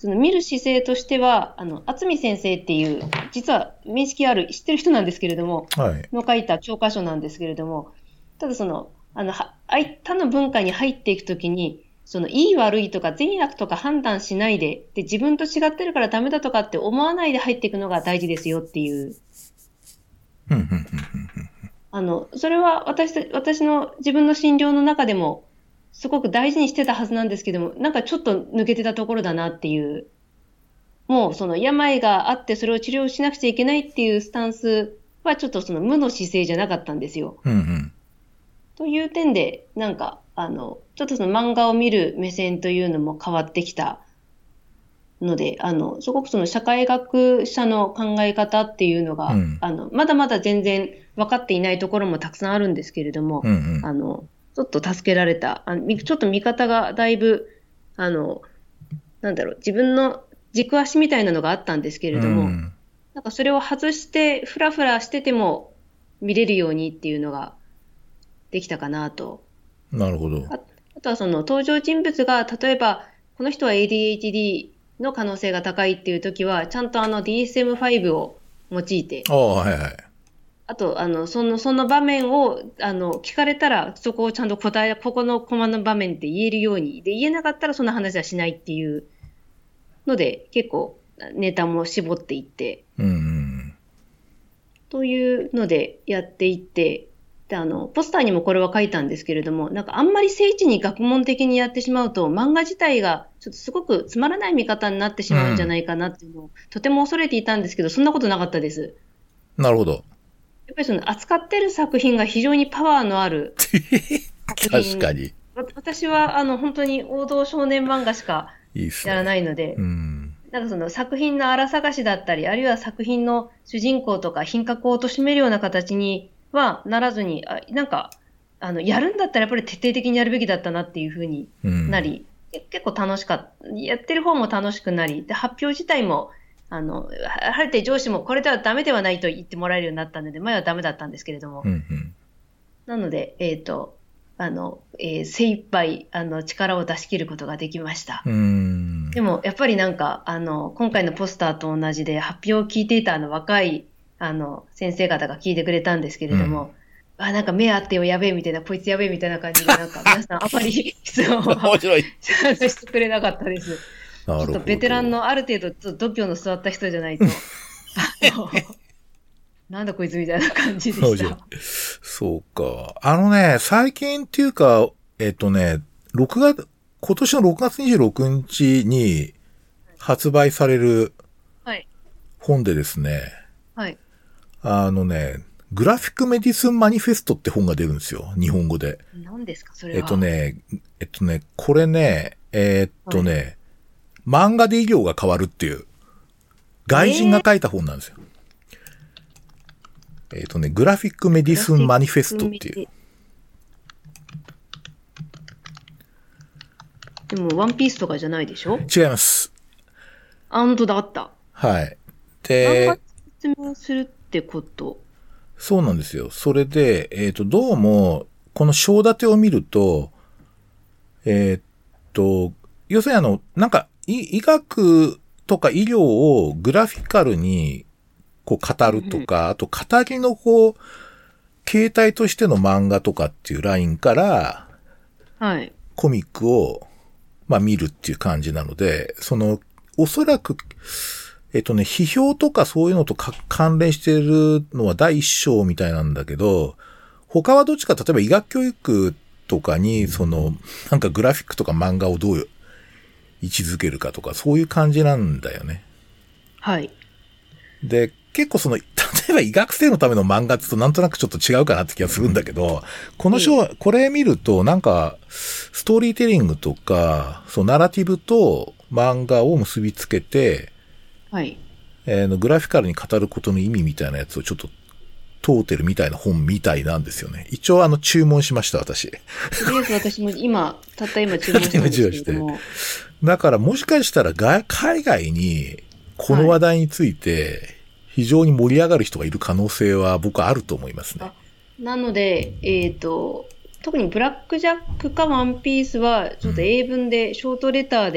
その見る姿勢としては、あの、渥美先生っていう、実は面識ある、知ってる人なんですけれども、 はい。 の書いた教科書なんですけれども、ただその、あの、は他の文化に入っていくときに、その、いい悪いとか善悪とか判断しないで、で、自分と違ってるからダメだとかって思わないで入っていくのが大事ですよっていう。 うん、うん、うん、 あの、それは私、私の自分の診療の中でも、すごく大事にしてたはずなんですけども、なんかちょっと抜けてたところだなっていう。もうその病があってそれを治療しなくちゃいけないっていうスタンスはちょっとその無の姿勢じゃなかったんですよ。 うん、うん。 という点で、なんか、あの、ちょっとその漫画を見る目線というのも変わってきたので、あの、すごくその社会学者の考え方っていうのが、 うん、 あの、まだまだ全然分かっていないところもたくさんあるんですけれども、 うん、うん。 あの、ちょっと助けられた、あのみちょっと見方がだいぶ、あの、なんだろう、自分の軸足みたいなのがあったんですけうれども、 ん。 なんかそれを外して、ふらふらしてても見れるようにっていうのができたかなと。 なるほど。 あ、あとはその登場人物が、例えば、この人は エーディーエイチディー の可能性が高いっていう時は、ちゃんとあの ディーエスエムファイブ を用いて、 ああ、はいはい。 あと、あの、その、その場面を、あの、聞かれたら、そこをちゃんと答え、ここのコマの場面って言えるように。で、言えなかったらそんな話はしないっていうので、結構、ネタも絞っていって、 うん、うん。 というのでやっていって、で、あの、ポスターにもこれは書いたんですけれども、なんかあんまり聖地に学問的にやってしまうと、漫画自体がちょっとすごくつまらない見方になってしまうんじゃないかなっていうのを、とても恐れていたんですけど、そんなことなかったです。 なるほど。 やっぱりその扱ってる作品が非常にパワーのある作品。 確かに。 わ私はあの本当に王道少年漫画しかいいっすやらなね。 いので、 うん。 なんかその作品の荒探しだったり、あるいは作品の主人公とか品格を貶めるような形にはならずに、あ、なんか、あの、やるんだったらやっぱり徹底的にやるべきだったなっていうふうにうん。 なり、け結構楽しかった。やってる方も楽しくなり、で、発表自体も、あの、は晴れて上司もこれではダメではないと言ってもらえるようになったので、前はダメだったんですけれども、 うん、うん。 なので、えっと、あの、えー精一杯、あの、力を出し切ることができました。 うーん。 でも、やっぱりなんか、あの、今回のポスターと同じで、発表を聞いていたあの若い、あの、先生方が聞いてくれたんですけうん。 れども、あ、なんか目あってよ、やべえみたいな、こいつやべえみたいな感じで、なんか皆さんあまり質問を面白い。 してくれなかったです。 なるちょっとベほど。 テランのある程度、ちょっと度胸の座った人じゃないと、あの、なんだこいつみたいな感じで面白い。 した。 そうか。あのね、最近っていうか、えっとね、ろくがつ、今年のろくがつにじゅうろくにちに発売されるはい。 本でですね、 はい。 あのね、グラフィックメディスンマニフェストって本が出るんですよ。日本語で。 何ですか、それえっとは。 ね、えっとね、これね、えっはい。 とね、漫画で医療が変わるっていう、外人えー、 が書いた本なんですよ。えっとね、グラフィックメディグラフィッスンマニフェストっていう。 ク見て、でもワンピースとかじゃないでしょ？ 違います。 あ、本当だ、あった。 はい。 漫画で、 説明するってこと。 そうなんですよ。それで、えっと、どうも、この章立てを見ると、えっと、要するにあの、なんか、医医学とか医療をグラフィカルにこう語うんうん。 るとか、あと語りのこう、形態としての漫画とかっていうラインから、 はい。 コミックを、まあ見るっていう感じなので、その、おそらく、えっとね、批評とかそういうのとか関連しているのは第一章みたいなんだけど、他はどっちか、例えば医学教育とかに、その、なんかグラフィックとか漫画をどう位置づけるかとか、そういう感じなんだよね。 はい。 で、結構その、例えば医学生のための漫画ってとなんとなくちょっと違うかなって気がするんだけど、この章、 ええ。 これ見るとなんか、ストーリーテリングとか、そう、ナラティブと漫画を結びつけて、 はい。 えー、グラフィカルに語ることの意味みたいなやつをちょっと問うてるみたいな本みたいなんですよね。一応あの注文しました、私。 とりあえず私も今、たった今注文したんですけして。 れども、 だからもしかしたらが海外にこのはい。 話題について非常に盛り上がる人がいる可能性は僕はあると思いますね。 あ、なので、えっと、特にブラックジャックかワンピースは、ちょっとうん。 英文で、ショートレターで、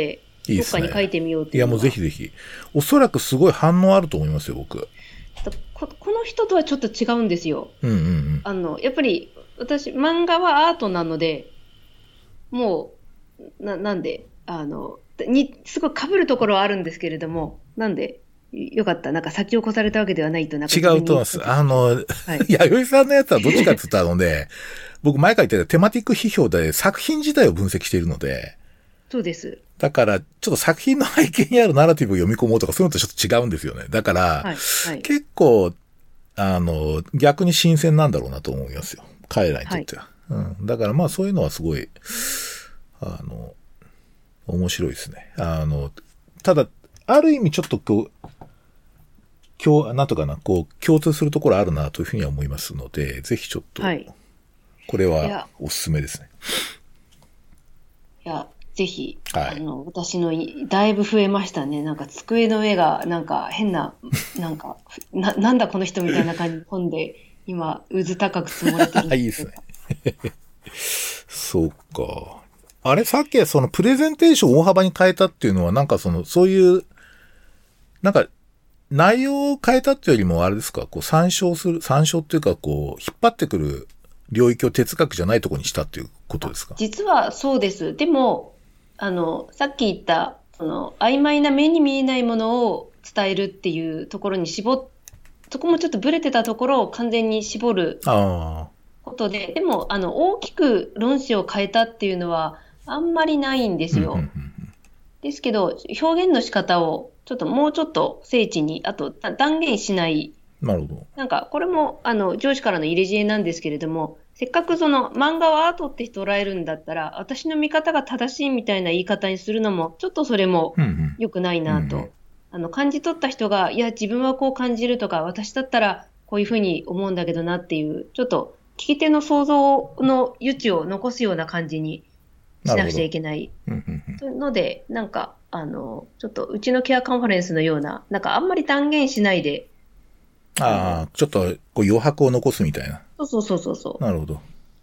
いいですね。 どっかに書いてみようっていや、 いうのは。 もうぜひぜひ。おそらくすごい反応あると思いますよ、僕。 こ、この人とはちょっと違うんですよ。 うんうんうん。 あの、やっぱり、私、漫画はアートなので、もう、な、なんで、あの、に、すごい被るところはあるんですけれども、なんで、よかった。なんか先を越されたわけではないと、なんか違うと思います。あの、はい、弥生さんのやつはどっちかって言ったので、僕前から言ってたテマティック批評で作品自体を分析しているので、 そうです。 だから、ちょっと作品の背景にあるナラティブを読み込もうとか、そういうのとちょっと違うんですよね。だから、はいはい、結構、あの、逆に新鮮なんだろうなと思いますよ。彼らにとっては。はい、うん。だからまあそういうのはすごい、あの、面白いですね。あの、ただ、ある意味ちょっとこう、今日、なんとかな、こう、共通するところあるなというふうには思いますので、ぜひちょっと、はい、これはおすすめですね。 いや、ぜひ、はい、あの、私の、だいぶ増えましたね。なんか机の上が、なんか変な、なんか、な、なんだこの人みたいな感じの本で、今、渦高く積もれてる。 いいですね。そうか。あれ、さっきはそのプレゼンテーションを大幅に変えたっていうのは、なんかその、そういう、なんか、内容を変えたっていうよりも、あれですか、こう、参照する、参照っていうか、こう、引っ張ってくる領域を哲学じゃないところにしたっていうことですか？ 実はそうです。でも、あの、さっき言った、その、曖昧な目に見えないものを伝えるっていうところに絞っ、そこもちょっとブレてたところを完全に絞ることで、でも、あの、大きく論旨を変えたっていうのは、あんまりないんですよ。ですけど、表現の仕方を、ちょっともうちょっと精緻に、あと断言しない。 なるほど。 なんか、これも、あの、上司からの入れ知恵なんですけれども、せっかくその漫画はアートって捉えるんだったら、私の見方が正しいみたいな言い方にするのも、ちょっとそれも良くないなと。うんうん、あの、感じ取った人が、いや、自分はこう感じるとか、私だったらこういうふうに思うんだけどなっていう、ちょっと聞き手の想像の余地を残すような感じにしなくちゃいけない。ので、なんか、あの、ちょっとうちのケアカンファレンスのような、なんかあんまり断言しないで。 ああ、ちょっとこう余白を残すみたいな。 そうそうそうそう。 なるほど。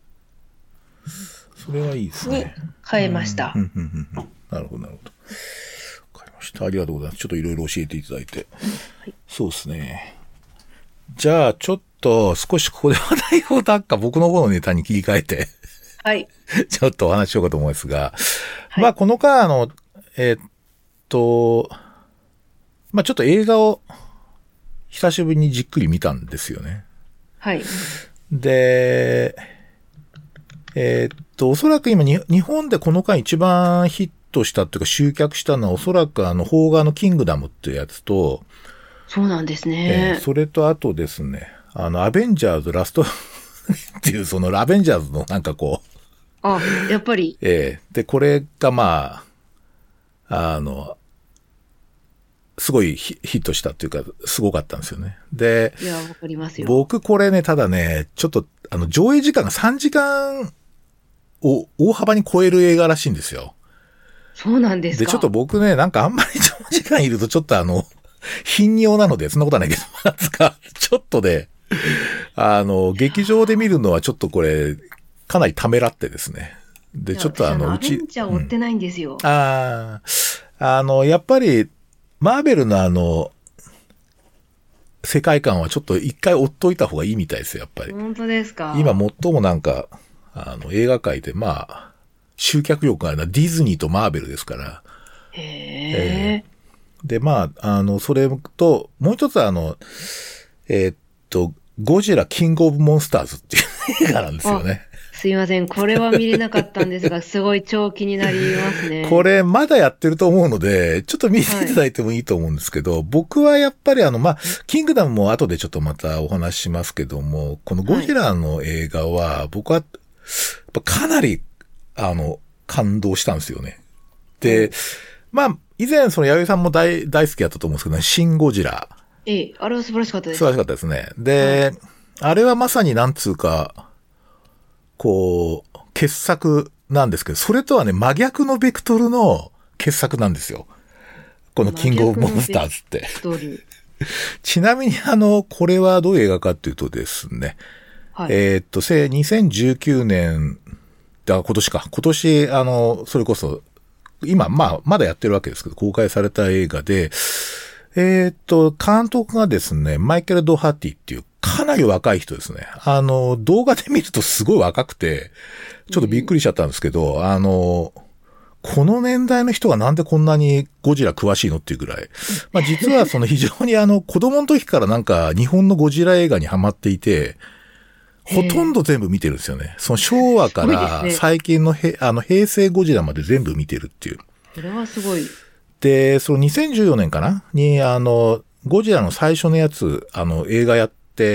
それはいいですね。 変えました。 うんうんうんうん、なるほど、なるほど。わかりました。ありがとうございます。ちょっといろいろ教えていただいて。はい、そうですね。じゃあ、ちょっと少しここで話題をなんか僕の方のネタに切り替えて。 はい。 ちょっとお話ししようかと思いますが。はい、まあ、この間、あの、えー、っと、まあ、ちょっと映画を久しぶりにじっくり見たんですよね。 はい。 で、えー、っと、おそらく今に、日本でこの間一番ヒットしたっていうか集客したのはおそらくあの、邦画のキングダムっていうやつと、 そうなんですね。 えー、それとあとですね、あの、アベンジャーズラストっていうそのアベンジャーズのなんかこう、 あ、やっぱり。 ええー、で、これがまあ、あの、すごいヒットしたっていうか、すごかったんですよね。で、 いや、わかりますよ。 僕これね、ただね、ちょっと、あの、上映時間がさんじかんを大幅に超える映画らしいんですよ。 そうなんですか。 で、ちょっと僕ね、なんかあんまり長時間いるとちょっとあの、頻尿なので、そんなことはないけど、なんですか、ちょっとで、あの、劇場で見るのはちょっとこれ、かなりためらってですね。で、ちょっとあの、 うち。アベンジャー追ってないんですよ。 うん、ああ、あの、やっぱり、マーベルのあの、世界観はちょっと一回追っといた方がいいみたいですよ、やっぱり。 本当ですか。 今最もなんか、あの、映画界でまあ、集客力があるのはディズニーとマーベルですから。 へえー。で、まあ、あの、それと、もう一つあの、えー、っと、ゴジラキングオブモンスターズっていう映画なんですよね。 すいません。これは見れなかったんですが、すごい超気になりますね。 これまだやってると思うので、ちょっと見ていただいてもいいと思うんですけど、はい、僕はやっぱりあの、まあ、キングダムも後でちょっとまたお話ししますけども、このゴジラの映画は、僕は、やっぱかなり、あの、感動したんですよね。で、うん、まあ、以前その弥生さんも大、大好きだったと思うんですけどね、シン・ゴジラ。 ええ、あれは素晴らしかったです。 素晴らしかったですね。で、はい、あれはまさになんつうか、こう、傑作なんですけど、それとはね、真逆のベクトルの傑作なんですよ。このキングオブモンスターズって。ちなみにあの、これはどういう映画かっていうとですね、はい、えー、っと、にせんじゅうきゅうねん、だ今年か。今年、あの、それこそ、 今、まあ、まだやってるわけですけど、公開された映画で、えーっと、監督がですね、マイケル・ドハティっていう、かなり若い人ですね。あの、動画で見るとすごい若くて、ちょっとびっくりしちゃったんですけど、うん、あの、この年代の人がなんでこんなにゴジラ詳しいのっていうぐらい。まあ実はその非常にあの、子供の時からなんか日本のゴジラ映画にハマっていて、ほとんど全部見てるんですよね。その昭和から最近のへ、あの、平成ゴジラまで全部見てるっていう。 それはすごい。 で、そのにせんじゅうよねんかなに、あの、ゴジラの最初のやつ、あの、映画やって、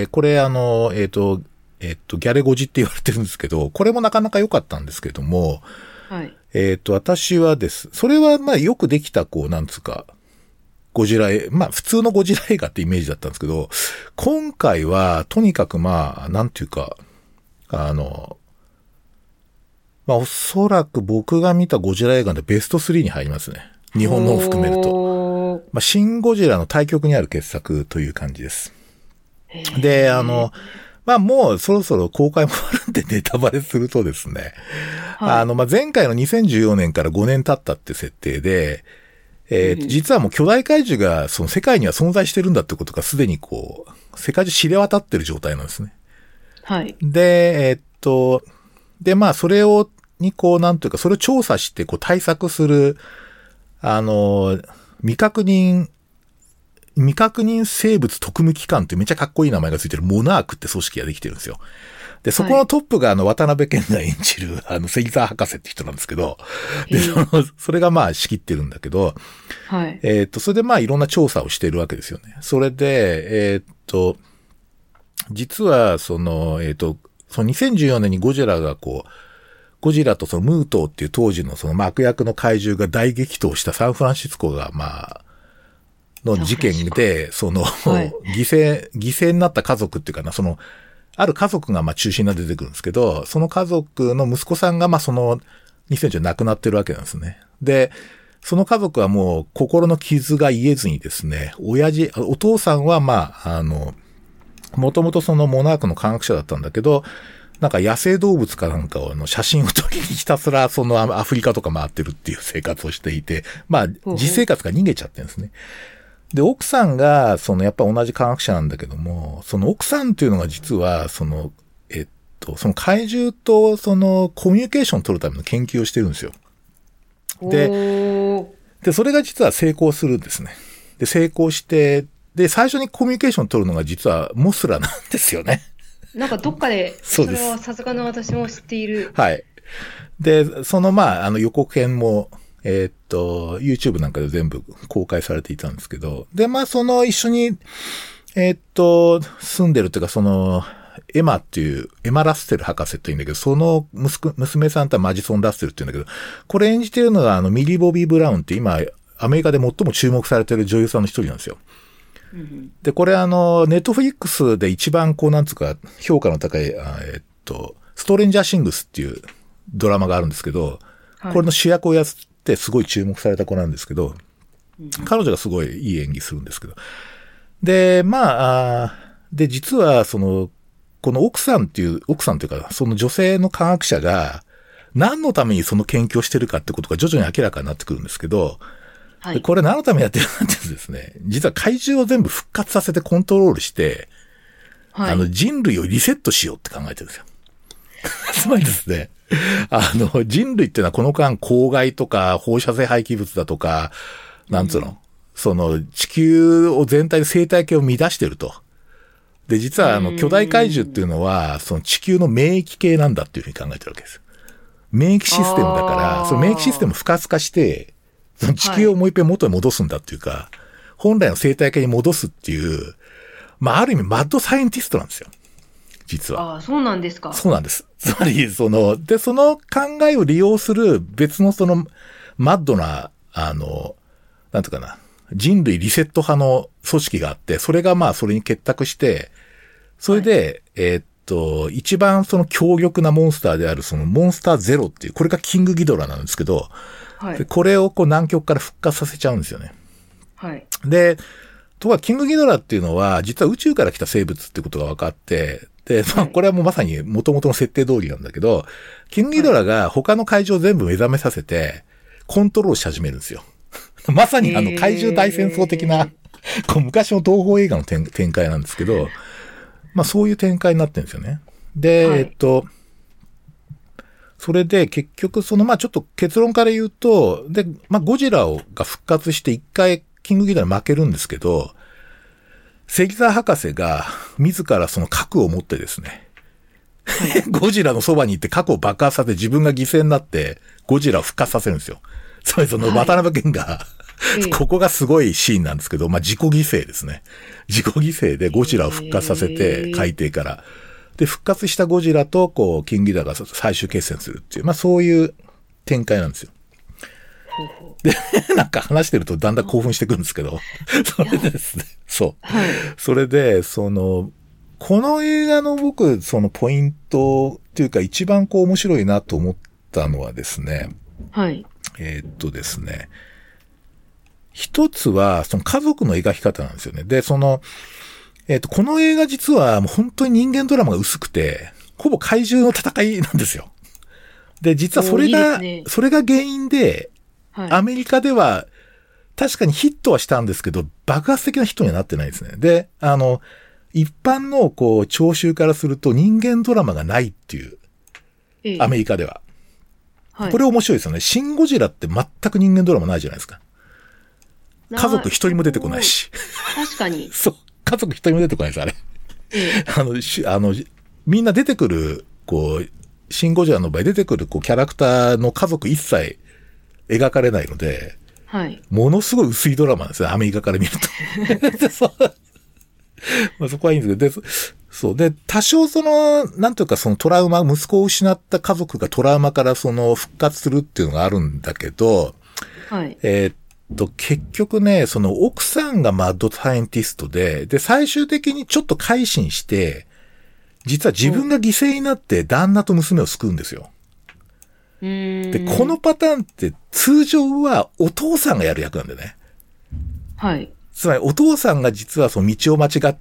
これあの、えっと、えっと、ギャレゴジって言われてるんですけど、これもなかなか良かったんですけども、 はい。 えっと、私はです。それはまあよくできた、こう、なんつうか、ゴジラ、まあ普通のゴジラ映画ってイメージだったんですけど、今回はとにかくまあ、なんていうか、あの、まあおそらく僕が見たゴジラ映画でベストスリーに入りますね。日本のを含めると。まあ、シン・ゴジラの対極にある傑作という感じです。で、あの、まあもうそろそろ公開もあるんでネタバレするとですね、はい、あの、まあ前回のにせんじゅうよねんからごねん経ったって設定で、えー、実はもう巨大怪獣がその世界には存在してるんだってことがすでにこう、世界中知れ渡ってる状態なんですね。 はい。 で、えー、っと、で、まあそれを、にこう、なんというか、それを調査してこう対策する、あの、未確認、未確認生物特務機関ってめっちゃかっこいい名前がついてるモナークって組織ができてるんですよ。で、そこのトップがあの渡辺謙が演じるあの芹沢博士って人なんですけど、で、その、それがまあ仕切ってるんだけど、 はい。 えっと、それでまあいろんな調査をしてるわけですよね。それで、えっと、実はその、えっと、そのにせんじゅうよねんにゴジラがこう、ゴジラとそのムートーっていう当時のその悪役の怪獣が大激闘したサンフランシスコがまあ、の事件で、その、はい、犠牲、犠牲になった家族っていうかな、その、ある家族がまあ中心が出てくるんですけど、その家族の息子さんがまあそのにせんじゅう亡くなってるわけなんですね。で、その家族はもう心の傷が癒えずにですね、親父、お父さんはまあ、あの、もともとそのモナークの科学者だったんだけど、なんか野生動物かなんかの写真を撮りにひたすらそのアフリカとか回ってるっていう生活をしていて、まあ実生活が逃げちゃってるんですね。で、奥さんがそのやっぱ同じ科学者なんだけども、その奥さんっていうのが実はその、えっと、その怪獣とそのコミュニケーションを取るための研究をしてるんですよ。で、で、それが実は成功するんですね。で、成功して、で、最初にコミュニケーションを取るのが実はモスラなんですよね。 なんかどっかで、それはさすがの私も知っている。 はい。で、そのまあ、あの予告編も、えー、っと、YouTube なんかで全部公開されていたんですけど、で、まあ、その一緒に、えー、っと、住んでるっていうか、その、エマっていう、エマ・ラッセル博士って言うんだけど、その息子、娘さんとはマジソン・ラッセルって言うんだけど、これ演じてるのが、あの、ミリー・ボビー・ブラウンって今、アメリカで最も注目されてる女優さんの一人なんですよ。で、これあの、ネットフリックスで一番こう、なんつうか、評価の高い、えー、っと、ストレンジャー・シングスっていうドラマがあるんですけど、はい、これの主役をやってすごい注目された子なんですけど、うん、彼女がすごいいい演技するんですけど。で、まあ、あで、実はその、この奥さんっていう、奥さんというか、その女性の科学者が、何のためにその研究をしてるかってことが徐々に明らかになってくるんですけど、はい、これ何のためにやってるかってですね、実は怪獣を全部復活させてコントロールして、はい、あの人類をリセットしようって考えてるんですよ。つまりですね、あの人類っていうのはこの間公害とか放射性廃棄物だとか、なんつうの、うん、その地球を全体で生態系を乱してると。で、実はあの巨大怪獣っていうのは、その地球の免疫系なんだっていうふうに考えてるわけです。免疫システムだから、その免疫システムを不活化して、その地球をもう一遍元に戻すんだっていうか、はい、本来の生態系に戻すっていう、まあある意味マッドサイエンティストなんですよ。実は。 ああ、そうなんですか。 そうなんです。つまり、その、で、その考えを利用する別のその、マッドな、あの、なんていうかな、人類リセット派の組織があって、それがまあそれに結託して、それで、はい、えー、っと、一番その強力なモンスターであるそのモンスターゼロっていう、これがキングギドラなんですけど、はい、これをこう南極から復活させちゃうんですよね。 はい。 で、とはキングギドラっていうのは実は宇宙から来た生物ってことが分かって、で、まあこれはもうまさに元々の設定通りなんだけど、キングギドラが他の怪獣を全部目覚めさせて、 コントロールし始めるんですよ。まさにあの怪獣大戦争的な、こう昔の東宝映画の展展開なんですけど、まあそういう展開になってるんですよね。で、はい、えっと、それで結局そのまあちょっと結論から言うと、で、まあゴジラをが復活して一回キングギドラに負けるんですけど、関澤博士が自らその核を持ってですね、はい、ゴジラのそばに行って核を爆発させて自分が犠牲になってゴジラを復活させるんですよ。それその渡辺謙が、はい、ここがすごいシーンなんですけど、まあ自己犠牲ですね。自己犠牲でゴジラを復活させて海底から。で、復活したゴジラとこう、キングギドラが最終決戦するっていう、まあそういう展開なんですよ。で、なんか話してるとだんだん興奮してくるんですけど、それでですね、そう。はい、それで、その、この映画の僕、そのポイントっていうか一番こう面白いなと思ったのはですね、 はい。 えー、っとですね、一つはその家族の描き方なんですよね。で、その、えー、っと、この映画実はもう本当に人間ドラマが薄くて、ほぼ怪獣の戦いなんですよ。で、実はそれが、いいですね、それが原因で、はい、アメリカでは確かにヒットはしたんですけど、爆発的なヒットにはなってないですね。で、あの、一般のこう聴衆からすると人間ドラマがないっていう、ええ、アメリカでは、はい、これ面白いですよね。シン・ゴジラって全く人間ドラマないじゃないですか。家族一人も出てこないし。 確かに。 そう。家族一人も出てこないです、あれ。ええ、あの、しあの、みんな出てくる、こう、シン・ゴジラの場合出てくるこうキャラクターの家族一切描かれないので、 はい。 ものすごい薄いドラマなんですね、アメリカから見ると。そう。まあそこはいいんですけど、で、そう。で、多少その、なんというかそのトラウマ、息子を失った家族がトラウマからその復活するっていうのがあるんだけど、 はい。 えー、っと、結局ね、その奥さんがマッドサイエンティストで、で、最終的にちょっと改心して、実は自分が犠牲になって旦那と娘を救うんですよ。 うーん。 で、このパターンって通常はお父さんがやる役なんだよね。 はい。 つまりお父さんが実はその道を間違って、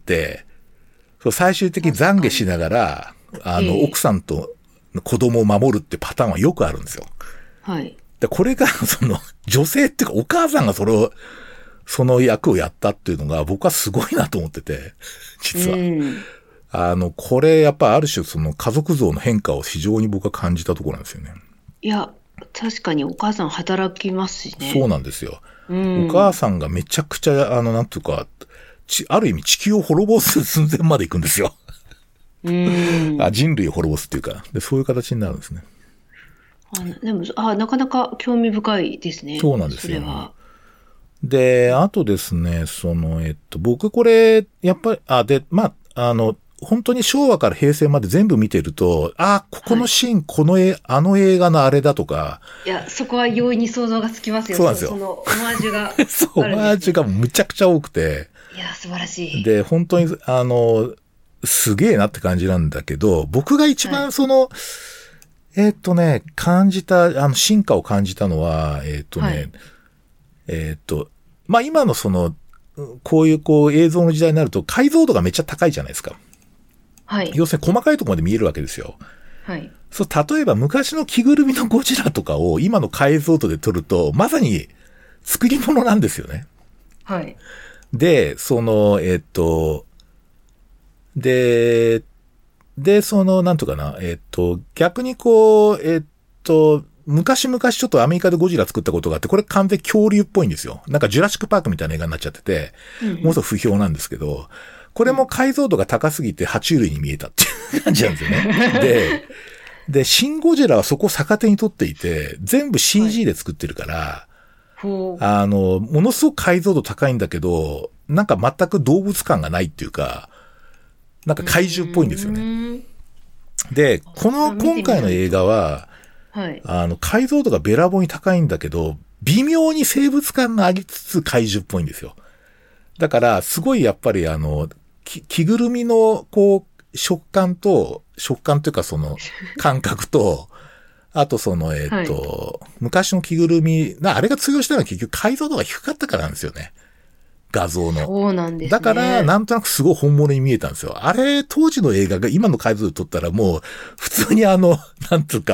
最終的に懺悔しながら、あの、奥さんと子供を守るってパターンはよくあるんですよ。 はい。 で、これが、その、女性っていうかお母さんがそれを、その役をやったっていうのが僕はすごいなと思ってて、実は。あの、これやっぱある種その家族像の変化を非常に僕は感じたところなんですよね。 いや、確かにお母さん働きますしね。 そうなんですよ。お母さんがめちゃくちゃ、あの、なんていうか、ちある意味地球を滅ぼす寸前まで行くんですよ。 うんあ、人類を滅ぼすっていうか、で、そういう形になるんですね。 あでもあ、なかなか興味深いですね。 そうなんですよ、 ね。それは。 で、あとですね、その、えっと、僕これ、やっぱり、あ、で、まあ、あの、本当に昭和から平成まで全部見てると、あ、ここのシーン、はい、この絵、あの映画のあれだとか。 いや、そこは容易に想像がつきますよ。 そうなんですよ。 その、オマージュが、 ね。そう、オマージュがむちゃくちゃ多くて。 いや、素晴らしい。 で、本当に、あの、すげえなって感じなんだけど、僕が一番その、はい、えっとね、感じた、あの、進化を感じたのは、えっとね、はい、えっと、まあ、今のその、こういうこう映像の時代になると解像度がめっちゃ高いじゃないですか。 はい。 要するに細かいところまで見えるわけですよ。 はい。 そう、例えば昔の着ぐるみのゴジラとかを今の解像度で撮ると、まさに作り物なんですよね。 はい。 で、その、えっと、で、で、その、なんとかな、えっと、逆にこう、えっと、昔々ちょっとアメリカでゴジラ作ったことがあって、これ完全恐竜っぽいんですよ。なんかジュラシックパークみたいな映画になっちゃってて、うんうん、もうすぐ不評なんですけど、これも解像度が高すぎて爬虫類に見えたっていう感じなんですよね。で、で、シン・ゴジラはそこを逆手に取っていて、全部 シージー で作ってるから、はい、あの、ものすごく解像度高いんだけど、なんか全く動物感がないっていうか、なんか怪獣っぽいんですよね。で、この今回の映画は、 はい、 あの、解像度がべらぼうに高いんだけど、微妙に生物感がありつつ怪獣っぽいんですよ。だから、すごいやっぱりあの、着ぐるみの、こう、食感と、食感というかその、感覚と、あとその、えっと、はい、昔の着ぐるみ、な、あれが通用したのは結局解像度が低かったからなんですよね。画像の。 そうなんですね。 だから、なんとなくすごい本物に見えたんですよ。あれ、当時の映画が今の解像度で撮ったらもう、普通にあの、なんつうか、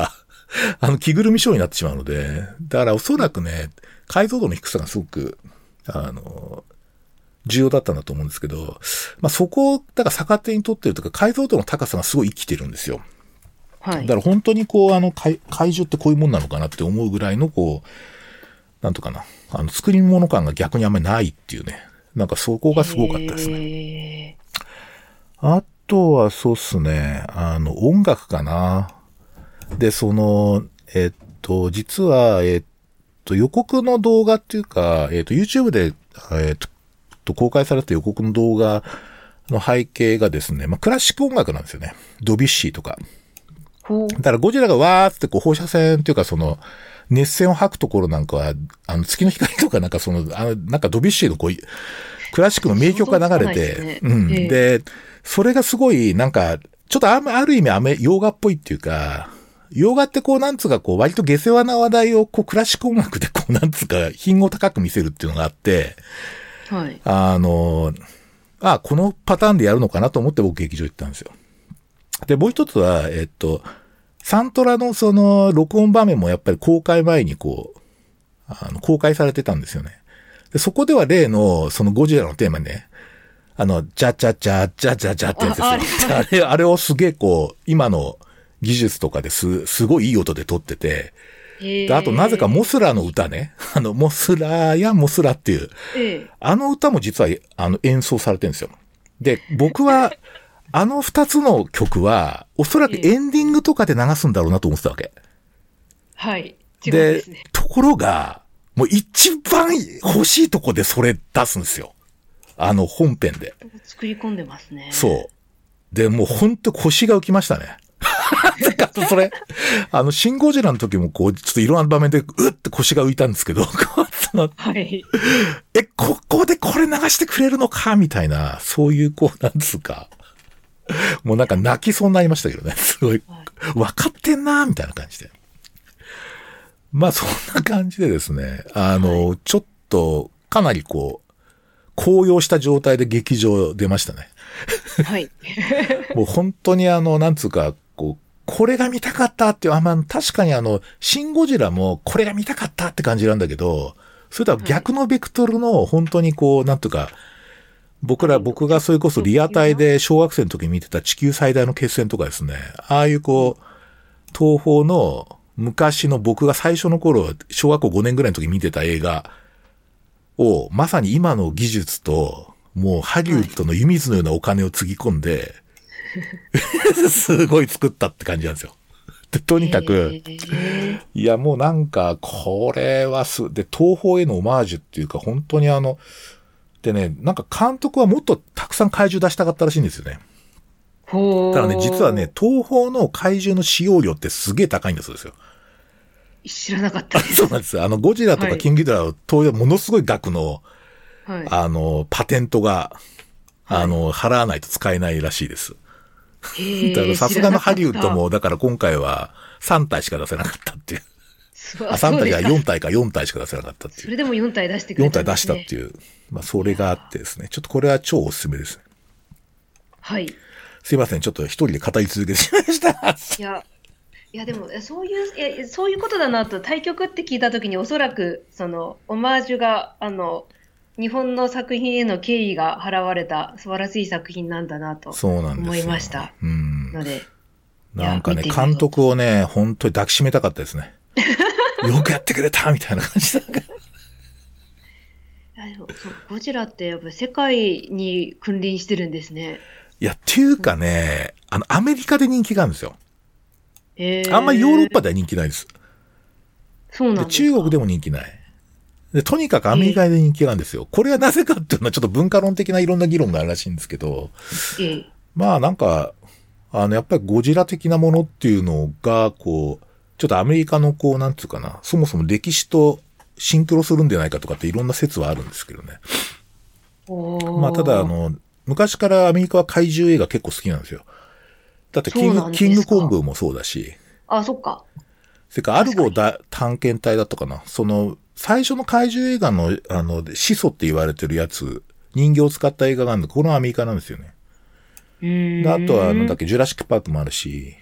あの、着ぐるみショーになってしまうので、だからおそらくね、解像度の低さがすごく、あの、重要だったんだと思うんですけど、まあ、そこを、だから逆手に取ってるというか、解像度の高さがすごい生きてるんですよ。 はい。 だから本当にこう、あの、怪獣ってこういうもんなのかなって思うぐらいの、こう、なんとかな、あの、作り物感が逆にあんまりないっていうね。なんかそこがすごかったですね。あとはそうっすね、あの、音楽かな。で、その、えっと、実は、えっと、予告の動画っていうか、えっと、YouTube で、えっと、公開された予告の動画の背景がですね、まあ、クラシック音楽なんですよね。ドビュッシーとか。だからゴジラがわーってこう放射線っていうかその熱線を吐くところなんかは、あの月の光とかなんかその、あの、なんかドビュッシーのこう、クラシックの名曲が流れて、ね、うん、えー。で、それがすごいなんか、ちょっとある意味アメ、洋画っぽいっていうか、洋画ってこうなんつうかこう割と下世話な話題をこうクラシック音楽でこうなんつうか品を高く見せるっていうのがあって、 はい。 あの、あ、このパターンでやるのかなと思って僕劇場行ったんですよ。で、もう一つは、えっと、サントラのその録音場面もやっぱり公開前にこう、あの、公開されてたんですよね。で、そこでは例のそのゴジラのテーマね、あの、ジャチャチャ、ジャチャジャってやつですよ。あれ、あれをすげえこう、今の技術とかです、すごいいい音で撮ってて、で、あとなぜかモスラの歌ね、あの、モスラやモスラっていう、あの歌も実はあの演奏されてるんですよ。で、僕は、あの二つの曲は、おそらくエンディングとかで流すんだろうなと思ってたわけ。 はい。違うんですね。 で、ところが、もう一番欲しいとこでそれ出すんですよ。あの本編で。 作り込んでますね。 そう。で、もうほんと腰が浮きましたね。それ、あの、シンゴジラの時もこう、ちょっといろんな場面で、うって腰が浮いたんですけど、 はい。 え、ここでこれ流してくれるのかみたいな、そういうこう、なんつうか。もうなんか泣きそうになりましたけどね。すごい。分かってんなみたいな感じで。まあそんな感じでですね。あの、はい、ちょっと、かなりこう、高揚した状態で劇場出ましたね。 はい。 もう本当にあの、なんつうか、こう、これが見たかったっていう、あ、まあ確かにあの、シン・ゴジラもこれが見たかったって感じなんだけど、それとは逆のベクトルの本当にこう、なんとか、僕ら、僕がそれこそリアタイで小学生の時に見てた地球最大の決戦とかですね。ああいうこう、東宝の昔の僕が最初の頃、小学校ごねんぐらいの時に見てた映画を、まさに今の技術と、もうハリウッドの湯水のようなお金をつぎ込んで、はい、すごい作ったって感じなんですよ。で、とにかく、いやもうなんか、これはす、で、東宝へのオマージュっていうか、本当にあの、でね、なんか監督はもっとたくさん怪獣出したかったらしいんですよね。 ほー。 だからね、実はね、東宝の怪獣の使用量ってすげえ高いんだそうですよ。 知らなかったです。 そうなんです。あの、ゴジラとかキングギドラは、当然ものすごい額の、はい、あの、パテントが、はい、あの、払わないと使えないらしいです。だからさすがのハリウッドも、だから今回はさん体しか出せなかったっていう。あ、さん体じゃよん体かよん体しか出せなかったっていう。 それでもよん体出してくれたんですね。 よん体出したっていう。まあ、それがあってですね。ちょっとこれは超おすすめですね。 はい。 すいません。ちょっと一人で語り続けてしまいました。 いや、いやでも、そういう、いや、そういうことだなと、対局って聞いたときにおそらく、その、オマージュが、あの、日本の作品への敬意が払われた素晴らしい作品なんだなと思いました。 うん。 ので。 なんかね、監督をね、本当に抱きしめたかったですね。よくやってくれたみたいな感じだから。 いやでもそうゴジラってやっぱ世界に君臨してるんですね。 いや、っていうかね、あの、アメリカで人気があるんですよ。 えー、 あんまりヨーロッパでは人気ないです。 そうなんですか。 中国でも人気ない。で、とにかくアメリカで人気があるんですよ。えー、これはなぜかっていうのはちょっと文化論的ないろんな議論があるらしいんですけど、 えー、 まあなんか、あの、やっぱりゴジラ的なものっていうのが、こう、ちょっとアメリカのこう、なんていうかな、そもそも歴史とシンクロするんじゃないかとかっていろんな説はあるんですけどね。まあただあの、昔からアメリカは怪獣映画結構好きなんですよ。だってキング、キングコングもそうだし。 あ、そっか。 それからアルゴだ探検隊だったかな。その、最初の怪獣映画の、あの、始祖って言われてるやつ、人形を使った映画があるんで、これはアメリカなんですよね。 うん。 であとは、なんだっけ、ジュラシックパークもあるし、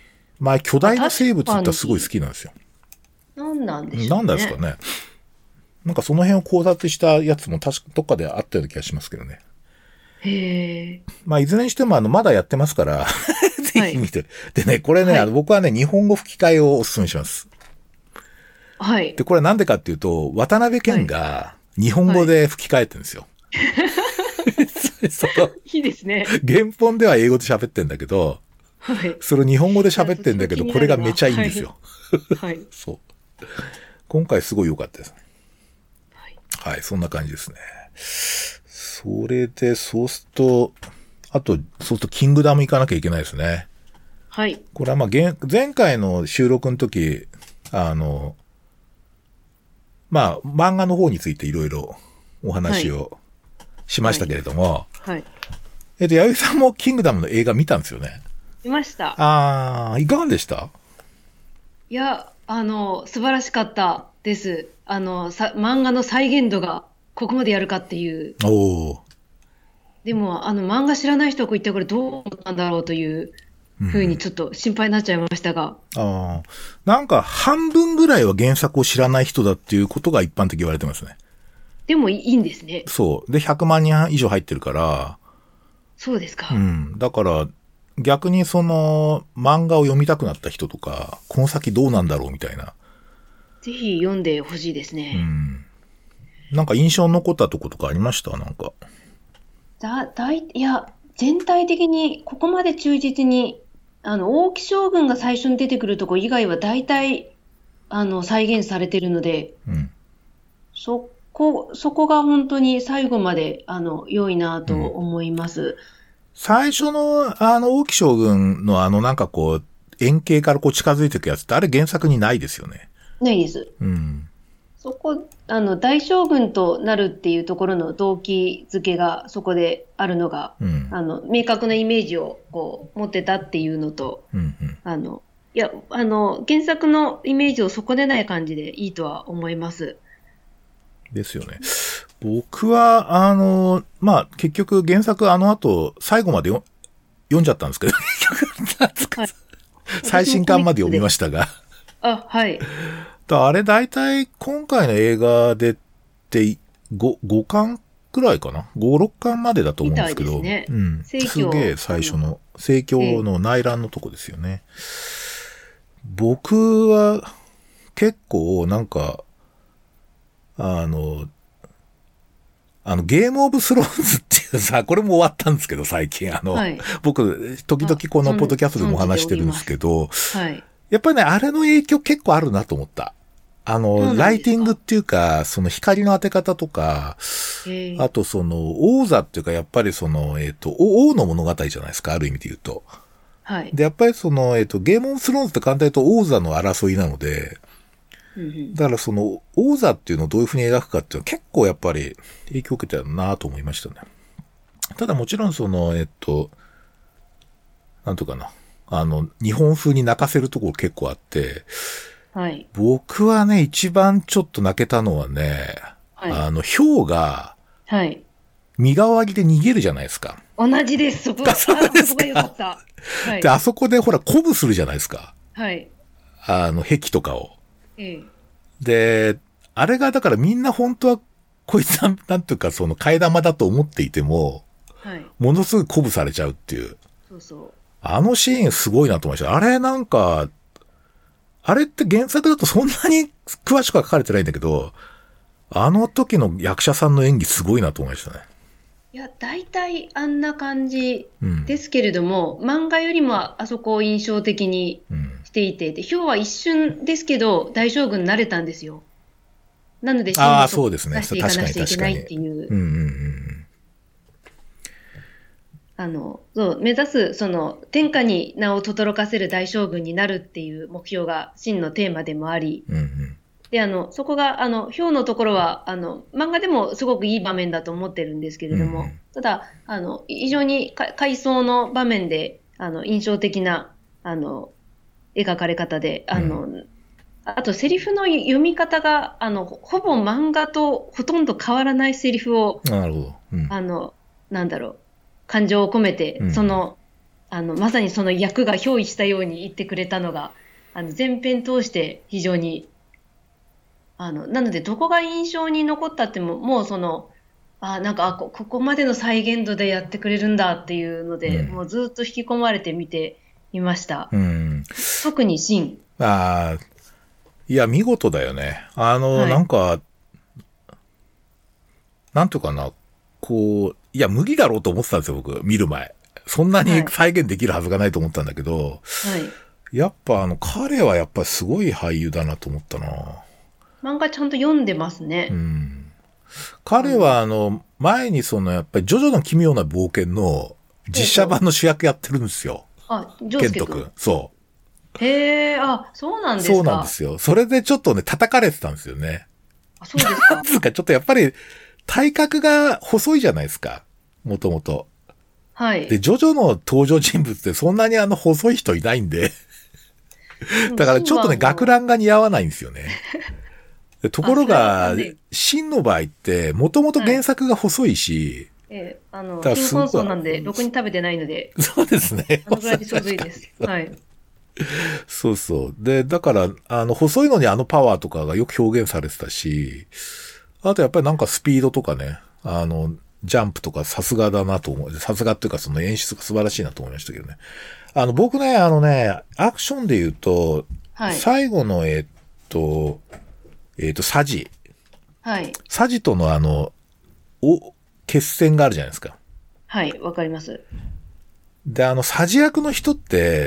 前巨大な生物って言ったらすごい好きなんですよ。 なんなんでしょうね。 なんですかね。なんかその辺を考察したやつも確かどっかであったような気がしますけどね。 へえ。 まあいずれにしてもあのまだやってますから、ぜひ見て、はい。でね、これね、はい、あの僕はね、日本語吹き替えをお勧めします。 はい。 で、これなんでかっていうと、渡辺謙が日本語で吹き替えてるんですよ。はい、そのいいですね。 原本では英語で喋ってんだけど、 はい。 それを日本語で喋ってんだけど、これがめちゃいいんですよ。 はい。 そう。今回すごい良かったですね。はい。はい、そんな感じですね。それで、そうすると、あと、そうすると、キングダム行かなきゃいけないですね。 はい。 これはまあ、前回の収録の時、あの、まあ、漫画の方についていろいろお話をしましたけれども、 はい。はい、 えっと、弥生さんもキングダムの映画見たんですよね。 見ました。 ああ、いかがでした？ いや、あの、素晴らしかったです。あの、さ、漫画の再現度がここまでやるかっていう。 おー。 でも、あの、漫画知らない人が言ってこれどう思ったんだろうというふうにちょっと心配になっちゃいましたが。 うん、ああ。なんか半分ぐらいは原作を知らない人だっていうことが一般的に言われてますね。 でもいいんですね。 そう。で、ひゃくまんにん以上入ってるから。 そうですか。 うん。だから、逆にその、漫画を読みたくなった人とか、この先どうなんだろうみたいな。 ぜひ読んでほしいですね。 うん。なんか印象に残ったとことかありました？なんか。 だ、だい、いや、全体的にここまで忠実に、あの、王毅将軍が最初に出てくるとこ以外は大体、あの、再現されてるので、 うん、 そこ、そこが本当に最後まで、あの、良いなと思います。うん、 最初の、あの、王毅将軍のあの、なんかこう、円形からこう近づいていくやつって、あれ原作にないですよね。 ないです。 うん。 そこ、あの、大将軍となるっていうところの動機づけがそこであるのが、うん、あの、明確なイメージをこう持ってたっていうのと、 うんうん、 あの、いや、あの、原作のイメージを損ねない感じでいいとは思います。 ですよね。僕は、あの、まあ、結局原作あの後、最後までよ読んじゃったんですけど、はい、最新刊まで読みましたが。 あ、はい。 あれ大体今回の映画でってご、ごかんくらいかな ?ご、ろっかんまでだと思うんですけど。 みたいですね。 うん。すげえ最初の、盛況の内覧のとこですよね。僕は結構なんか、あの、あの、ゲームオブスローンズっていうさ、これも終わったんですけど、最近。あの、はい、僕、時々このポッドキャストでも話してるんですけど、はい、やっぱりね、あれの影響結構あるなと思った。あの、ライティングっていうか、その光の当て方とか、あとその、王座っていうか、やっぱりその、えっと、王の物語じゃないですか、ある意味で言うと。 はい。 で、やっぱりその、えっと、ゲームオブスローンズって簡単に言うと王座の争いなので、だからその、王座っていうのをどういう風に描くかっていうのは結構やっぱり影響を受けたなと思いましたね。ただもちろんその、えっと、なんとかな。あの、日本風に泣かせるところ結構あって、 はい。 僕はね、一番ちょっと泣けたのはね、はい、あの、ヒョウが、 はい。 身代わりで逃げるじゃないですか。 同じです。そこが、そこが良かった。 はい。で、あそこでほら、鼓舞するじゃないですか。 はい。 あの、壁とかを。 ええ。 で、あれがだからみんな本当は、こいつは、なんていうか、その替え玉だと思っていても、はい。ものすごい鼓舞されちゃうっていう。 そうそう。 あのシーンすごいなと思いました。あれなんか、あれって原作だとそんなに詳しくは書かれてないんだけど、あの時の役者さんの演技すごいなと思いましたね。 いや、大体あんな感じですけれども、うん、漫画よりもあそこを印象的にしていて、で、ヒョウは一瞬ですけど、大将軍になれたんですよ。なので、 ああ、そうですね。 出していかなくちゃいけないっていう。 うんうんうん。 あの、そう、目指す、その、天下に名を轟かせる大将軍になるっていう目標が真のテーマでもあり、 うんうん、 で、あの、そこが、あの、ヒョウのところは、あの、漫画でもすごくいい場面だと思ってるんですけれども、うんうん、ただ、あの、非常に回想の場面で、あの、印象的な、あの、描かれ方で、あの、うん、あと、セリフの読み方が、あの、ほぼ漫画とほとんど変わらないセリフを、 なるほど。うん、 あの、なんだろう、感情を込めて、 うん、 その、 あの、まさにその役が憑依したように言ってくれたのが、あの、前編通して非常に、あの、なのでどこが印象に残ったっても、もうその、あ、なんか、あ、こ、ここまでの再現度でやってくれるんだっていうので、 うんもうずっと引き込まれて見ていました。 うん。 特にシン。 ああ、いや、見事だよね。あの、 はい。 なんか、なんとかな、こう、いや、無理だろうと思ってたんですよ、僕、見る前。そんなにはい。 再現できるはずがないと思ったんだけど、 はい。 やっぱあの、彼はやっぱすごい俳優だなと思ったな。 漫画ちゃんと読んでますうね。 ん。 あの、 彼はあの、前にその、やっぱりジョジョの奇妙な冒険のほう実写版ほう。 の主役やってるんですよ。 あ、ジョウケント君。 スケくん。 そう。 へえ、あ、そうなんでそうなんですか。 すよ。それでちょっとね、叩かれてたんですよね。 あ、そうですか。 つうか、ちょっとやっぱり、体格が細いじゃないですか。もともと。で、 はい。 ジョジョの登場人物ってそんなにあの細い人いないんで。 でも、 だからシンちょっとね、学はあの、 ランが似合わないんですよね。でとこあ、 ろそれは残が、 念。 シンの場合って、もともと原はい。 作が細いし、 ええ、あの、 だから貧困すごい、 層なんで、ろくに食べてないので、 そうですね。 あのぐらいでちょうどいい確かに。 です。はい。 そうそう。で、だから、あの、細いのにあのパワーとかがよく表現されてたし、あとやっぱりなんかスピードとかね、あの、ジャンプとかさすがだなと思う。さすがっていうかその演出が素晴らしいなと思いましたけどね。あの、僕ね、あのね、アクションで言うと、 はい。 最後の、えっと、えっと、サジ。 はい。 サジとのあの、お、決戦があるじゃないですか。 はい。わかります。 で、あの、サジ役の人って、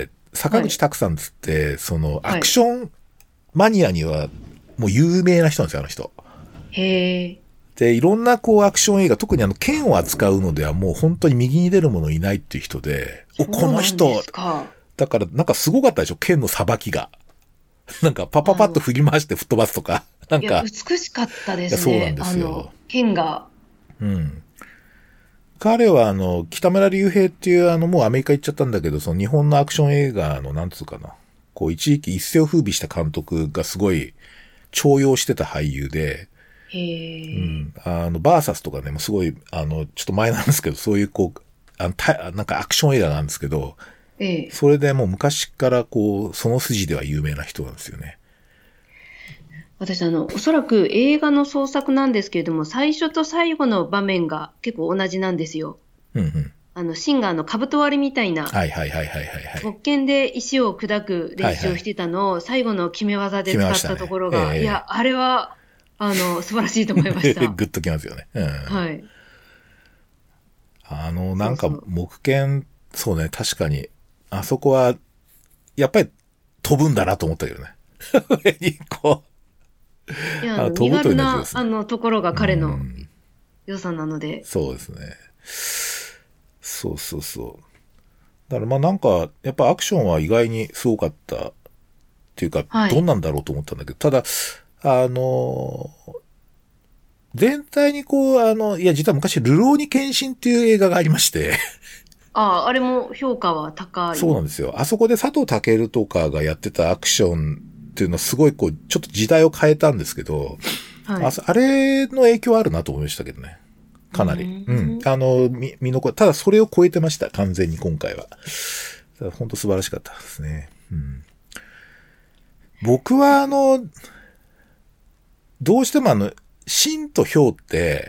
坂はい。 口拓さんつって、その、アはい。 クションマニアには、もう有名な人なんですよ、あの人。 へえ。 で、いろんなこうアクション映画、特にあの剣を扱うのではもう本当に右に出る者いないっていう人で、お、こそうなんでの人、 すか。 だからなんかすごかったでしょ、剣のさばきが。なんかパパパッとあの、 振り回して吹っ飛ばすとか。なんいや、 か、 美しかったでいや、 すね。 そうなんであの、 すよ。 剣が。 うん。彼はあの、北村隆平っていうあの、もうアメリカ行っちゃったんだけど、その日本のアクション映画の、なんつうかな。こう、一時期一世を風靡した監督がすごい重用してた俳優で、 へえ。 うん。あの、バーサスとかね、もうすごい、あの、ちょっと前なんですけど、そういうこう、あの、たなんかアクション映画なんですけど、 ええ。 それでもう昔からこう、その筋では有名な人なんですよね。 私、あの、おそらく映画の創作なんですけれども、最初と最後の場面が結構同じなんですよ。 うんうん。 あの、シンがあの、兜割りみたいな、 はいはいはいはいはいはい。 木剣で石を砕くはいはい。 練習をしてたのを最後の決め技で決め使ったとましたね。 ころが、いえや、あれは、あの、素晴らしいと思いましえた。 グッときますよね。うん。 はい。 あの、なんかそうそう。 木剣、そうね、確かに、あそこは、やっぱり飛ぶんだなと思ったけどね。上にこいや、あう、あ、 の、身飛ぶという軽な、 のは上手ね。 あの、ところがう彼のん。 良さなので、 そうですね。そうそうそう。だからまあなんか、やっぱアクションは意外にすごかったっていうか、 はい。 どんなんだろうと思ったんだけど、ただ、あの、全体にこう、あの、いや実は昔、流浪に献身っていう映画がありまして、 ああ、あれも評価は高い。 そうなんですよ。あそこで佐藤健とかがやってたアクションっていうのはすごいこう、ちょっと時代を変えたんですけど、あ、 はい。 あれの影響あるなと思いましたけどね。 うかなり。うん。 ーん。 あの、み、見残ただそれを超えてました。完全に今回は。本当素晴らしかったですね。うん。僕はあの、どうしてもあの、芯と氷って、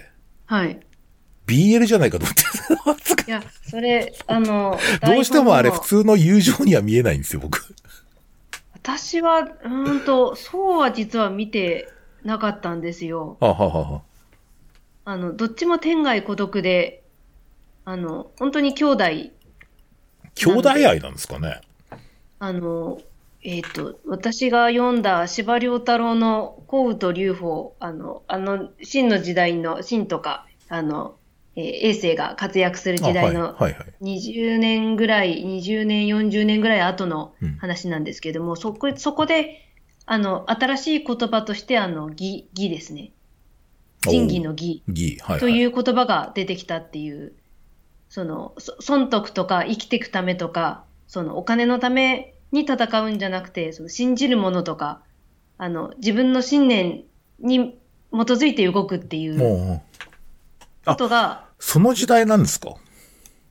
はい。 ビーエル じゃないかと思って。 いや、それ、あの、 どう台してもあれ普本の、 通の友情には見えないんですよ、僕。 私は、うーんと、そうは実は見てなかったんですよ。 はははは。 あの、どっちも天涯孤独で、あの、本当に兄弟兄弟なので、 愛なんですかね。 あの、えっと、私が読んだ司馬遼太郎の幸雨と龍鳳、あの、あの、秦の時代の秦とか、あの、えー衛星が活躍するあ、はい、 時代のはい、はい。 にじゅうねんぐらい、にじゅうねん、よんじゅうねんぐらい後のうん。 話なんですけども、そこ、そこで、あの、新しい言葉として、あの、義、義ですね。仁義おう。 の義義、はい、はい。 という言葉が出てきたっていう、その、そ損得とか生きていくためとか、そのお金のために戦うんじゃなくて、その信じるものとか、あの、自分の信念に基づいて動くっていうもう、あ、 ことが、 その時代なんですか。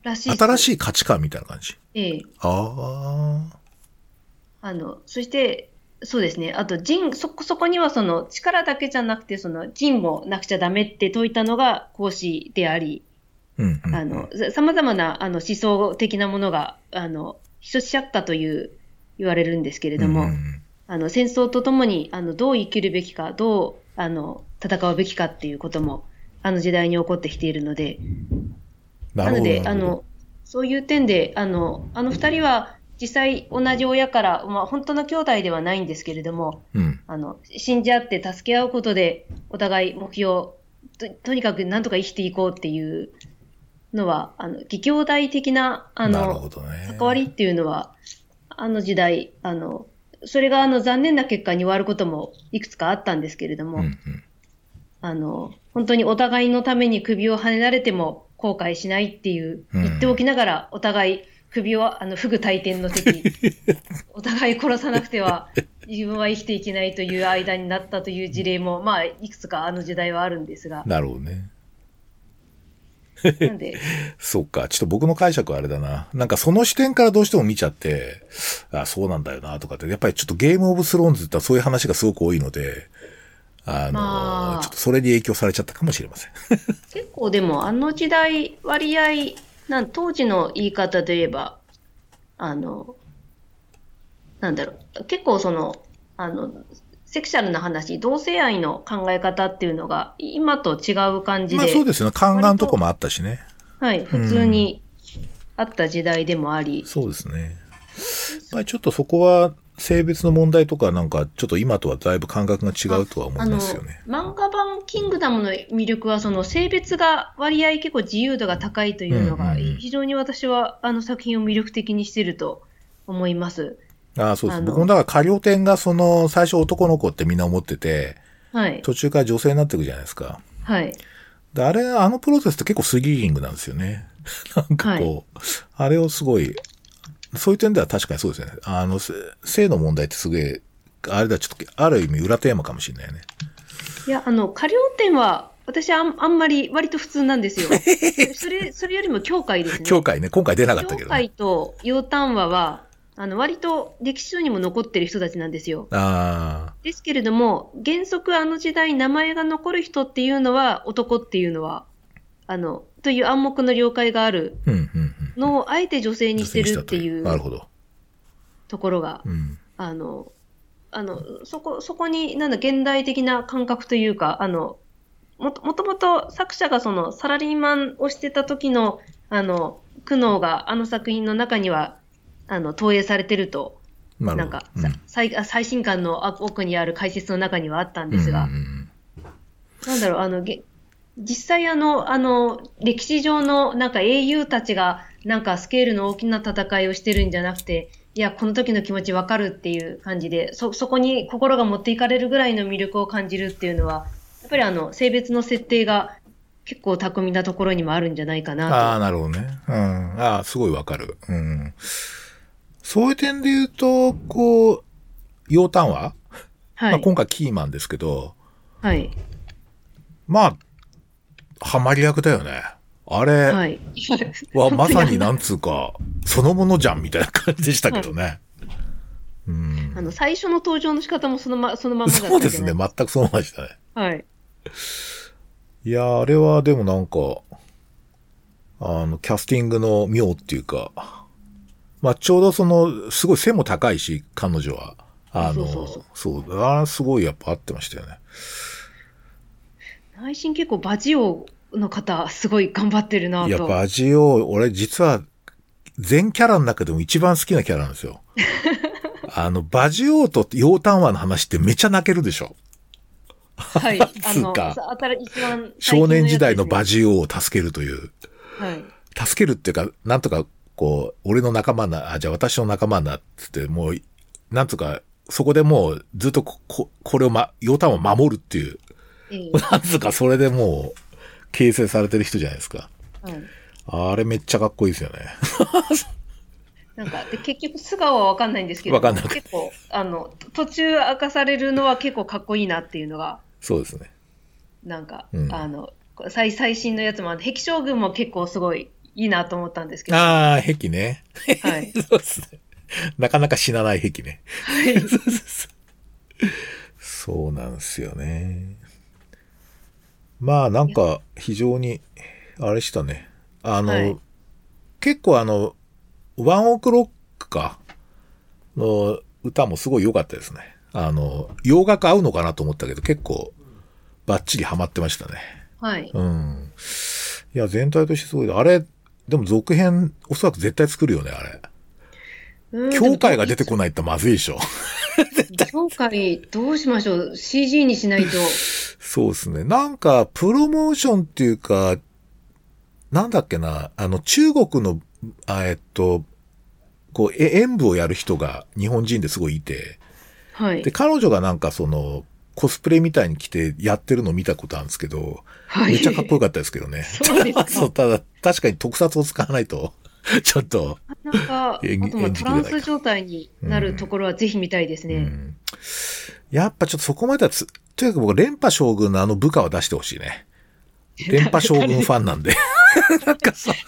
らしいです。 新しい価値観みたいな感じ。 ええ。 ああ。 あの、そして、そうですね。あと、人、そこ、そこにはその力だけじゃなくて、その人もなくちゃダメって説いたのが孔子であり、 うんうんうん、 あの、さまざまなあの思想的なものが、あの、一つし合ったという言われるんですけれども、 うんうんうん、あの、戦争とともに、あの、どう生きるべきか、どう、あの、戦うべきかっていうことも、あの時代に起こってきているので、 なるほど。 なので、あの、そういう点で、あの、あの二人は実際同じ親から、まあ本当の兄弟ではないんですけれども、 うん、 あの、信じ合って助け合うことで、お互い目標、と、とにかく何とか生きていこうっていうのは、あの、義兄弟的な、あなるの、 ほどね、 関わりっていうのは、あの時代、あの、それがあの残念な結果に終わることもいくつかあったんですけれども、 うんうん、 あの、本当にお互いのために首をはねられても後悔しないっていう、言っておきながら、お互い首を、あの、不倶戴天の敵、お互い殺さなくては自分は生きていけないという間になったという事例も、まあ、いくつかあの時代はあるんですが。 なるほどね。 なんで。 そうか。ちょっと僕の解釈はあれだな。なんかその視点からどうしても見ちゃって、あ、そうなんだよなとかって、やっぱりちょっとゲームオブスローンズって言ったらそういう話がすごく多いので、あの、まあ、ちょっとそれに影響されちゃったかもしれません。 結構でもあの時代割合、なん当時の言い方で言えば、あの、なんだろう、結構その、あの、セクシャルな話、同性愛の考え方っていうのが今と違う感じで。 まあそうですよね。宦官とかもあったしね。 はい、普通にあった時代でもあり。 うん、そうですね。まあちょっとそこは性別の問題とかなんかちょっと今とはだいぶ感覚が違うとは思いますよね。 あの漫画版キングダムの魅力はその性別が割合結構自由度が高いというのが非常に私はあの作品を魅力的にしてると思います。 ああ、そうです。僕もだから過料店がその最初男の子ってみんな思ってて、 はい、 途中から女性になっていくじゃないですか。 はい。 であれ、あのプロセスって結構スリリングなんですよね。なんかこう、はい、あれをすごい、そういう点では確かにそうですね。あの、性の問題ってすげえ、あれだ、ちょっと、ある意味裏テーマかもしれないね。 いや、あの、過料店は、私あん、あんまり割と普通なんですよ。それ、それよりも教会ですね。 教会ね。今回出なかったけど、ね。 教会と楊端和は、あの、割と歴史書にも残ってる人たちなんですよ。 ああ。 ですけれども、原則あの時代名前が残る人っていうのは、男っていうのは、あの、という暗黙の了解があるのをあえて女性にしてるっていう、 なるほど。 ところが、うん、あの、あの、そこ、そこに、なんだ、現代的な感覚というか、あの、もともともと作者がそのサラリーマンをしてた時の、あの、苦悩があの作品の中には、あの、投影されてると、な, なんか、うん、最、最新刊の奥にある解説の中にはあったんですが、うんうん、なんだろう、あの、実際あの、あの、歴史上のなんか英雄たちがなんかスケールの大きな戦いをしてるんじゃなくて、いや、この時の気持ちわかるっていう感じで、そ、そこに心が持っていかれるぐらいの魅力を感じるっていうのは、やっぱりあの、性別の設定が結構巧みなところにもあるんじゃないかなと。 ああ、なるほどね。うん。ああ、すごいわかる。うん。そういう点で言うと、こう、楊端和、はい。まあ、今回キーマンですけど、 はい。 まあ、ハマり役だよね。あれはまさになんつうか、そのものじゃんみたいな感じでしたけどね。はい、 うん、あの、最初の登場の仕方もそのま、そのままだったそうですね。全くそのままでしたね。 はい。 いや、あれはでもなんか、あの、キャスティングの妙っていうか、まあ、ちょうどその、すごい背も高いし、彼女は。あの、そうそうそう。そう、ああ、すごいやっぱ合ってましたよね。 内心結構バジオの方、すごい頑張ってるなと。 いや、バジオ、俺実は、全キャラの中でも一番好きなキャラなんですよ。あの、バジオと楊端和の話ってめちゃ泣けるでしょ。 はい。あの、一番少年時代のバジオを助けるという。 はい。 助けるっていうか、なんとか、こう、俺の仲間な、あ、じゃあ私の仲間な、つって、もう、なんとか、そこでもう、ずっとこ、ここれをま、楊端和を守るっていう。なんつうか、それでもう、形成されてる人じゃないですか。 はい。 あれめっちゃかっこいいですよね。 なんか、で、結局素顔はわかんないんですけど、 わかんない。 結構、あの、途中明かされるのは結構かっこいいなっていうのが。 そうですね。 なんか、うん、あの、最、最新のやつも、壁将軍も結構すごいいいなと思ったんですけど。 ああ、壁ね。 はい。 そうですね。なかなか死なない壁ね。 はい。 そうそうそうそうなんですよね。まあなんいやか非常に、あれしたね。あの、 はい。 結構あの、ワンオクロックかの歌もすごい良かったですね。あの、洋楽合うのかなと思ったけど結構バッチリハマってましたね。 はい。 うん。いや、全体としてすごい。あれ、でも続編おそらく絶対作るよね、あれ。 うん、でもどう、 教会が出いつ、 てこないってまずいでしょ。 今回どうしましょう。シージー にしないと。 そうですね。なんか、プロモーションっていうか、なんだっけな、あの、中国の、あえっと、こう、え演舞をやる人が日本人ですごいいて、で、 はい。 彼女がなんかその、コスプレみたいに着てやってるのを見たことあるんですけど、 はい。 めっちゃかっこよかったですけどね。 そうですそう、 か。 ただ、確かに特撮を使わないと、ちょっとなかなか、 演あとまあ演トランスじきれないか。 状態になるところはぜひ見たいですね。 うん。やっぱちょっとそこまではつ、とにかく僕、連覇将軍のあの部下は出してほしいね。連覇将軍ファンなんで。なんかさ、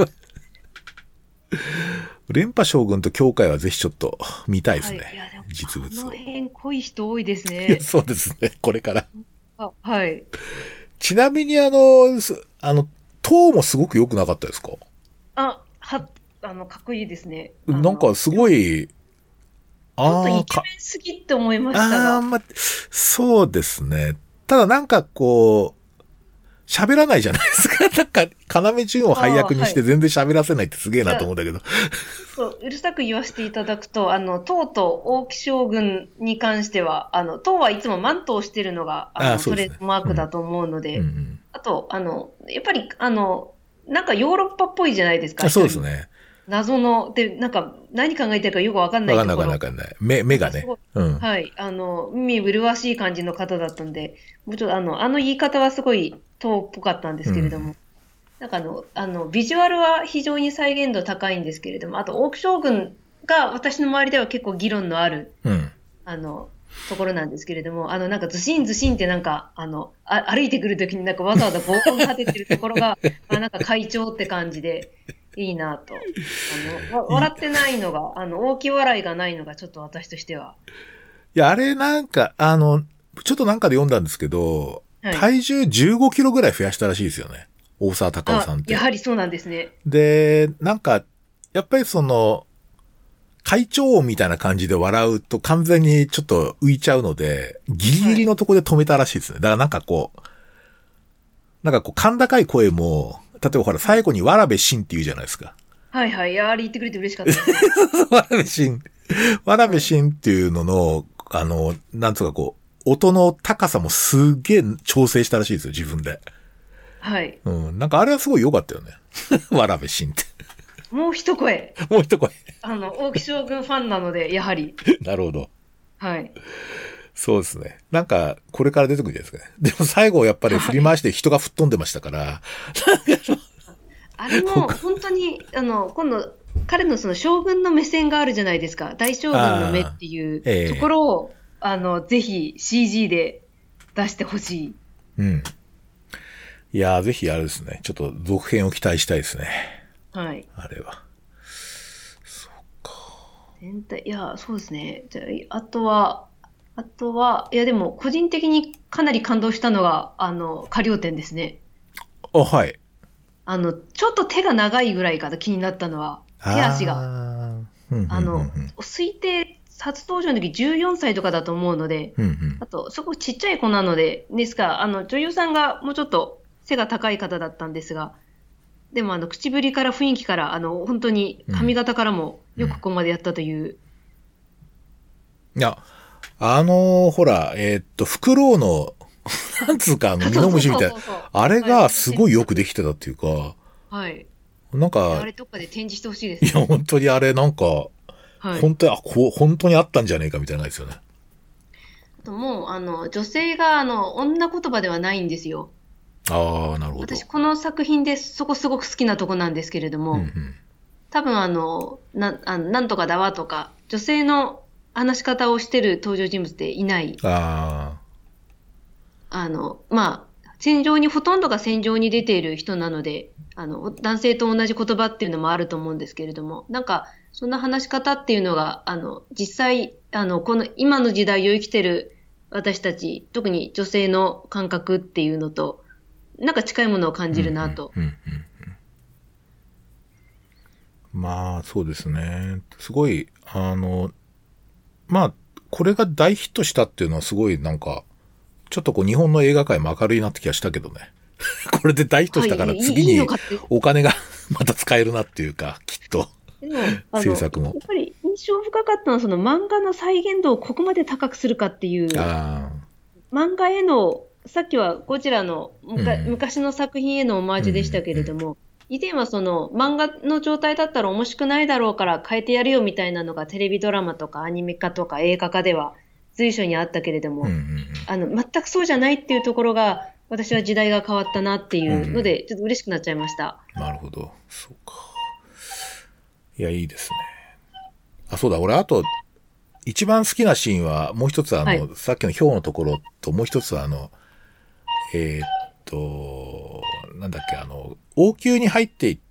連覇将軍と教会はぜひちょっと見たいですはい。 ね。 いや、でも、 実物を。 この辺濃い人多いですいや、 ね。 そうですね。これから。 あ、はい。 ちなみにあの、すあの、塔もすごく良くなかったですか？ あ、は、あの、かっこいいですね。あなんかの、 すごい、 ちょっとああ、か、 イケメンすぎって思いましたああ、 が。 ま、そうですね。ただなんかこう、喋らないじゃないですか。なんか、要潤を配ああ、 役にはい。 して全然喋らせないってすげえいや、 なと思うんだけど。 そう、うるさく言わせていただくと、あの、唐と王毅将軍に関しては、あの、唐はいつもマントをしてるのが、あああ、 の、トレーそうですね。 ドマークだうん。 と思うので、 うんうん。 あと、あの、やっぱり、あの、なんかヨーロッパっぽいじゃないですか、 あ、そう一人。 ですね。 謎の、で、なんか、何考えてるかよくわかんなわかんないわかんないいところ。 わかんない。目、目がね。 なんかすごい、 うん。 はい、あの、海麗しい感じの方だったんで、もうちょっとあの、あの言い方はすごい唐っぽかったんですうん。 けれども、なんかあの、あの、ビジュアルは非常に再現度高いんですけれども、あと、オーク将軍が私の周りでは結構議論のある、 うん。 あの、ところなんですけれども、あの、なんかズシンズシンってなんか、あの、あ歩いてくるときになんかわざわざ拷問立ててるところが、あ、なんか会長って感じでいいなと。あの、わいい。い笑ってないのが、あの、大きい笑いがないのがちょっと私としては。 や、あれなんか、あの、ちょっとなんかで読んだんですけど、 はい。 体重じゅうごキロぐらい増やしたらしいですよね。大沢たかおあ、 さんって。 やはりそうなんですね。 で、なんか、やっぱりその、会長音みたいな感じで笑うと完全にちょっと浮いちゃうので、ギリギはい。 リのとこで止めたらしいですね。だからなんかこう、なんかこう、甲高い声も、例えばほら、 はい。 最後にわらべしんって言うじゃないですか。 はいはい。いやあれ言ってくれて嬉しかったです。 わらべしん。わらべはい。 しんっていうのの、あの、なんつうかこう、音の高さもすげえ調整したらしいですよ、自分で。 はい。 うん。なんかあれはすごい良かったよね。わらべしんって。 もう一声。 もう一声。 あの、大木将軍ファンなので、やはり。 なるほど。 はい。 そうですね。なんか、これから出てくるじゃないですかね。でも最後やっぱり振はい。 り回して人が吹っ飛んでましたから、 あれも、 僕、 本当に、あの、今度、彼のその将軍の目線があるじゃないですか。大将軍の目っああ、 ていうとこええろを、あの、ぜひ シージー で出してほしい。 うん。いやー、ぜひあれですね。ちょっと続編を期待したいですね。 はい。 あれは。 全体、いや、そうですね。じゃあ、あとは、あとは、いや、でも、個人的にかなり感動したのが、あの、河了貂ですね。 あ、はい。 あの、ちょっと手が長いぐらいかと気になったのは、手足が、 あー、ふんふんふんあの、 ふん。 推定、初登場の時じゅうよんさいとかだと思うので、 ふんふん。 あと、すごくちっちゃい子なので、ですから、あの、女優さんがもうちょっと背が高い方だったんですが、でも、あの、口ぶりから雰囲気から、あの、本当にうん。 髪型からもうん。 よくここまでやったという、 いや、あのーほら、えーっと、フクロウの、なんつうか、あの、 あ、 ミそうそうノムシみたいな、 そうそうそう。 あれはい、 が面すごいよ白かったです。 くできてたっていうか、 はい。 なんか、 いやあれ、どっかで展示してほしいでいや、 すね。 本当にあれ、なんか、 はい。 本当に、あ、こう、本当にあったんじゃねえかみたいな感じですよね。 あともう、あの、女性が、あの、女言葉ではないんですよ。 ああ、なるほ私、 ど。 この作品でそこすごく好きなとこなんですけれどうん、うも、 ん。 多分あの、な、あの、なんとかだわとか、女性の話し方をしてる登場人物っていない。 ああの、まあ、 戦場に、ほとんどが戦場に出ている人なので、あの、男性と同じ言葉っていうのもあると思うんですけれども、なんか、そんな話し方っていうのが、あの、実際、あの、この今の時代を生きてる私たち、特に女性の感覚っていうのと、なんか近いものを感じるなと。 うんうんうんうん、まあ、そうですね。すごい、あの、まあ、これが大ヒットしたっていうのはすごいなんか、ちょっとこう日本の映画界も明るいなって気がしたけどね。これで大ヒットしたから次にお金がまた使えるなっていうか、きっと。 でも、あの、 制作も。 やっぱり印象深かったのは、その漫画の再現度をここまで高くするかっていう、 あ漫画への、さっきはゴジラのむか、 うん昔の作品へのオマージュでしたけれども、以前はその漫画の状態だったら面白くないだろうから変えてやるよみたいなのがテレビドラマとかアニメ化とか映画化では随所にあったけれども、 うんうんうん、 あの、全くそうじゃないっていうところが、私は時代が変わったなっていうので、ちょっと嬉しくなっちゃいました。 なるほど。そうか。いや、いいですね。あ、そうだ、俺、あと、一番好きなシーンは、もう一つあの、はい、さっきのヒョウのところと、もう一つはあの、えー、っと、なんだっけ、あの、王宮に入っていって、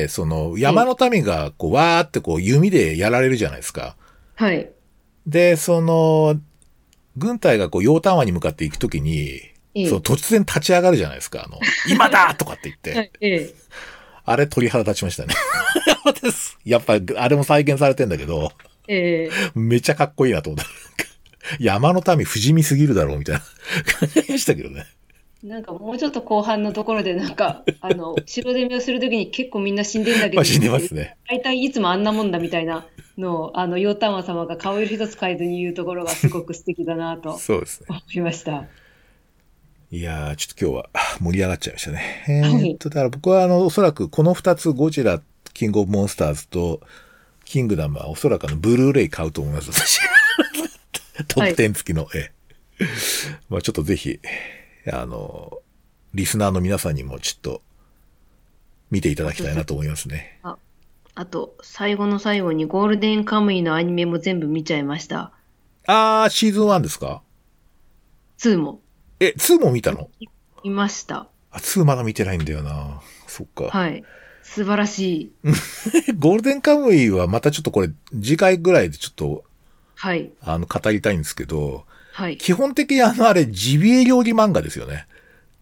その、山の民が、こう、わーってこう、弓でやられるじゃないですか。 はい。 で、その、軍隊がこう、楊端和に向かっていくときに、ええ、そう、突然立ち上がるじゃないですか。あの、今だとかって言って。はい、ええ、あれ鳥肌立ちましたね。やっぱり、あれも再現されてんだけど、ええ、めちゃかっこいいなと思った。山の民不死身すぎるだろうみたいな感じでしたけどね。 なんかもうちょっと後半のところでなんか、あの、城攻めをするときに結構みんな死んでんだけど、まあ死んでますね。 大体いつもあんなもんだみたいなのを、あの、楊端和様が顔色一つ変えずに言うところがすごく素敵だなとそうですね。 思いました。 いやー、ちょっと今日は盛り上がっちゃいましたね。えー、っと、だから僕はあの、おそらくこの二つ、ゴジラ、キングオブモンスターズと、キングダムはおそらくあの、ブルーレイ買うと思います、私。トップテン付きの、はい、ええ。まあちょっとぜひ、あの、リスナーの皆さんにもちょっと、見ていただきたいなと思いますね。 あ、あと、最後の最後にゴールデンカムイのアニメも全部見ちゃいました。 あー、シーズンワンですか？ ツーも。 え、ツーも見たの？ 見ました。 あ、ツーまだ見てないんだよな。そっか。 はい。素晴らしい。 ゴールデンカムイはまたちょっとこれ、次回ぐらいでちょっと、 はい。 あの、語りたいんですけど、 はい。 基本的にあの、あれ、ジビエ料理漫画ですよね。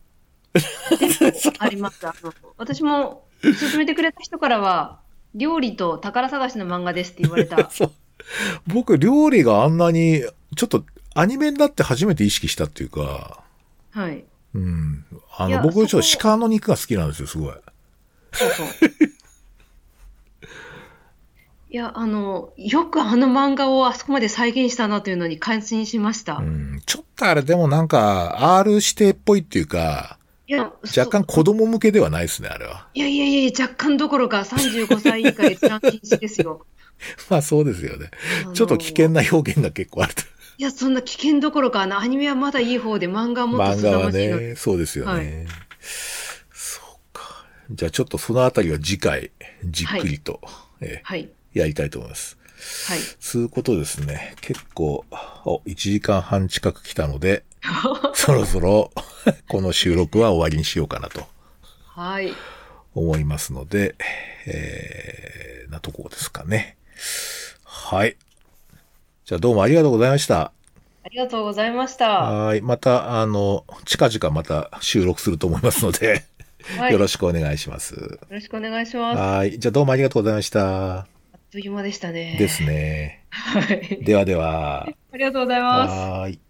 あります。あの、私も、勧めてくれた人からは、料理と宝探しの漫画ですって言われた。 そう。僕、料理があんなに、ちょっと、アニメになって初めて意識したっていうか、 はい。 うん。あの、僕、ちょっと鹿の肉が好きなんですよ、すごい。 そうそう。いや、あの、よくあの漫画をあそこまで再現したなというのに感心しました。 うん。ちょっとあれ、でもなんか、アール 指定っぽいっていうか、いや若干子供向けではないですね、あれは。 いやいやいや、若干どころかさんじゅうごさい以下閲覧禁止ですよ。 まあそうですよね。ちょっと危険な表現が結構あると。 いや、そんな危険どころか、あの、アニメはまだいい方で、漫画はもっとすさまじいの。漫画はね、そうですよね。はい、そうか。じゃあちょっとそのあたりは次回、じっくりと、はいえーはい、やりたいと思います。はい。そういうことですね。結構、お、いちじかんはん近く来たので、そろそろ、この収録は終わりにしようかなと。 はい。 思いますので、えー、なとこですかね。はい。じゃあどうもありがとうございました。 ありがとうございました。 はい。また、あの、近々また収録すると思いますので、はい、よろしくお願いします。よろしくお願いします。 はい。じゃあどうもありがとうございました。 あっという間でしたね。 ですね。 はい。 ではでは。 ありがとうございます。 はい。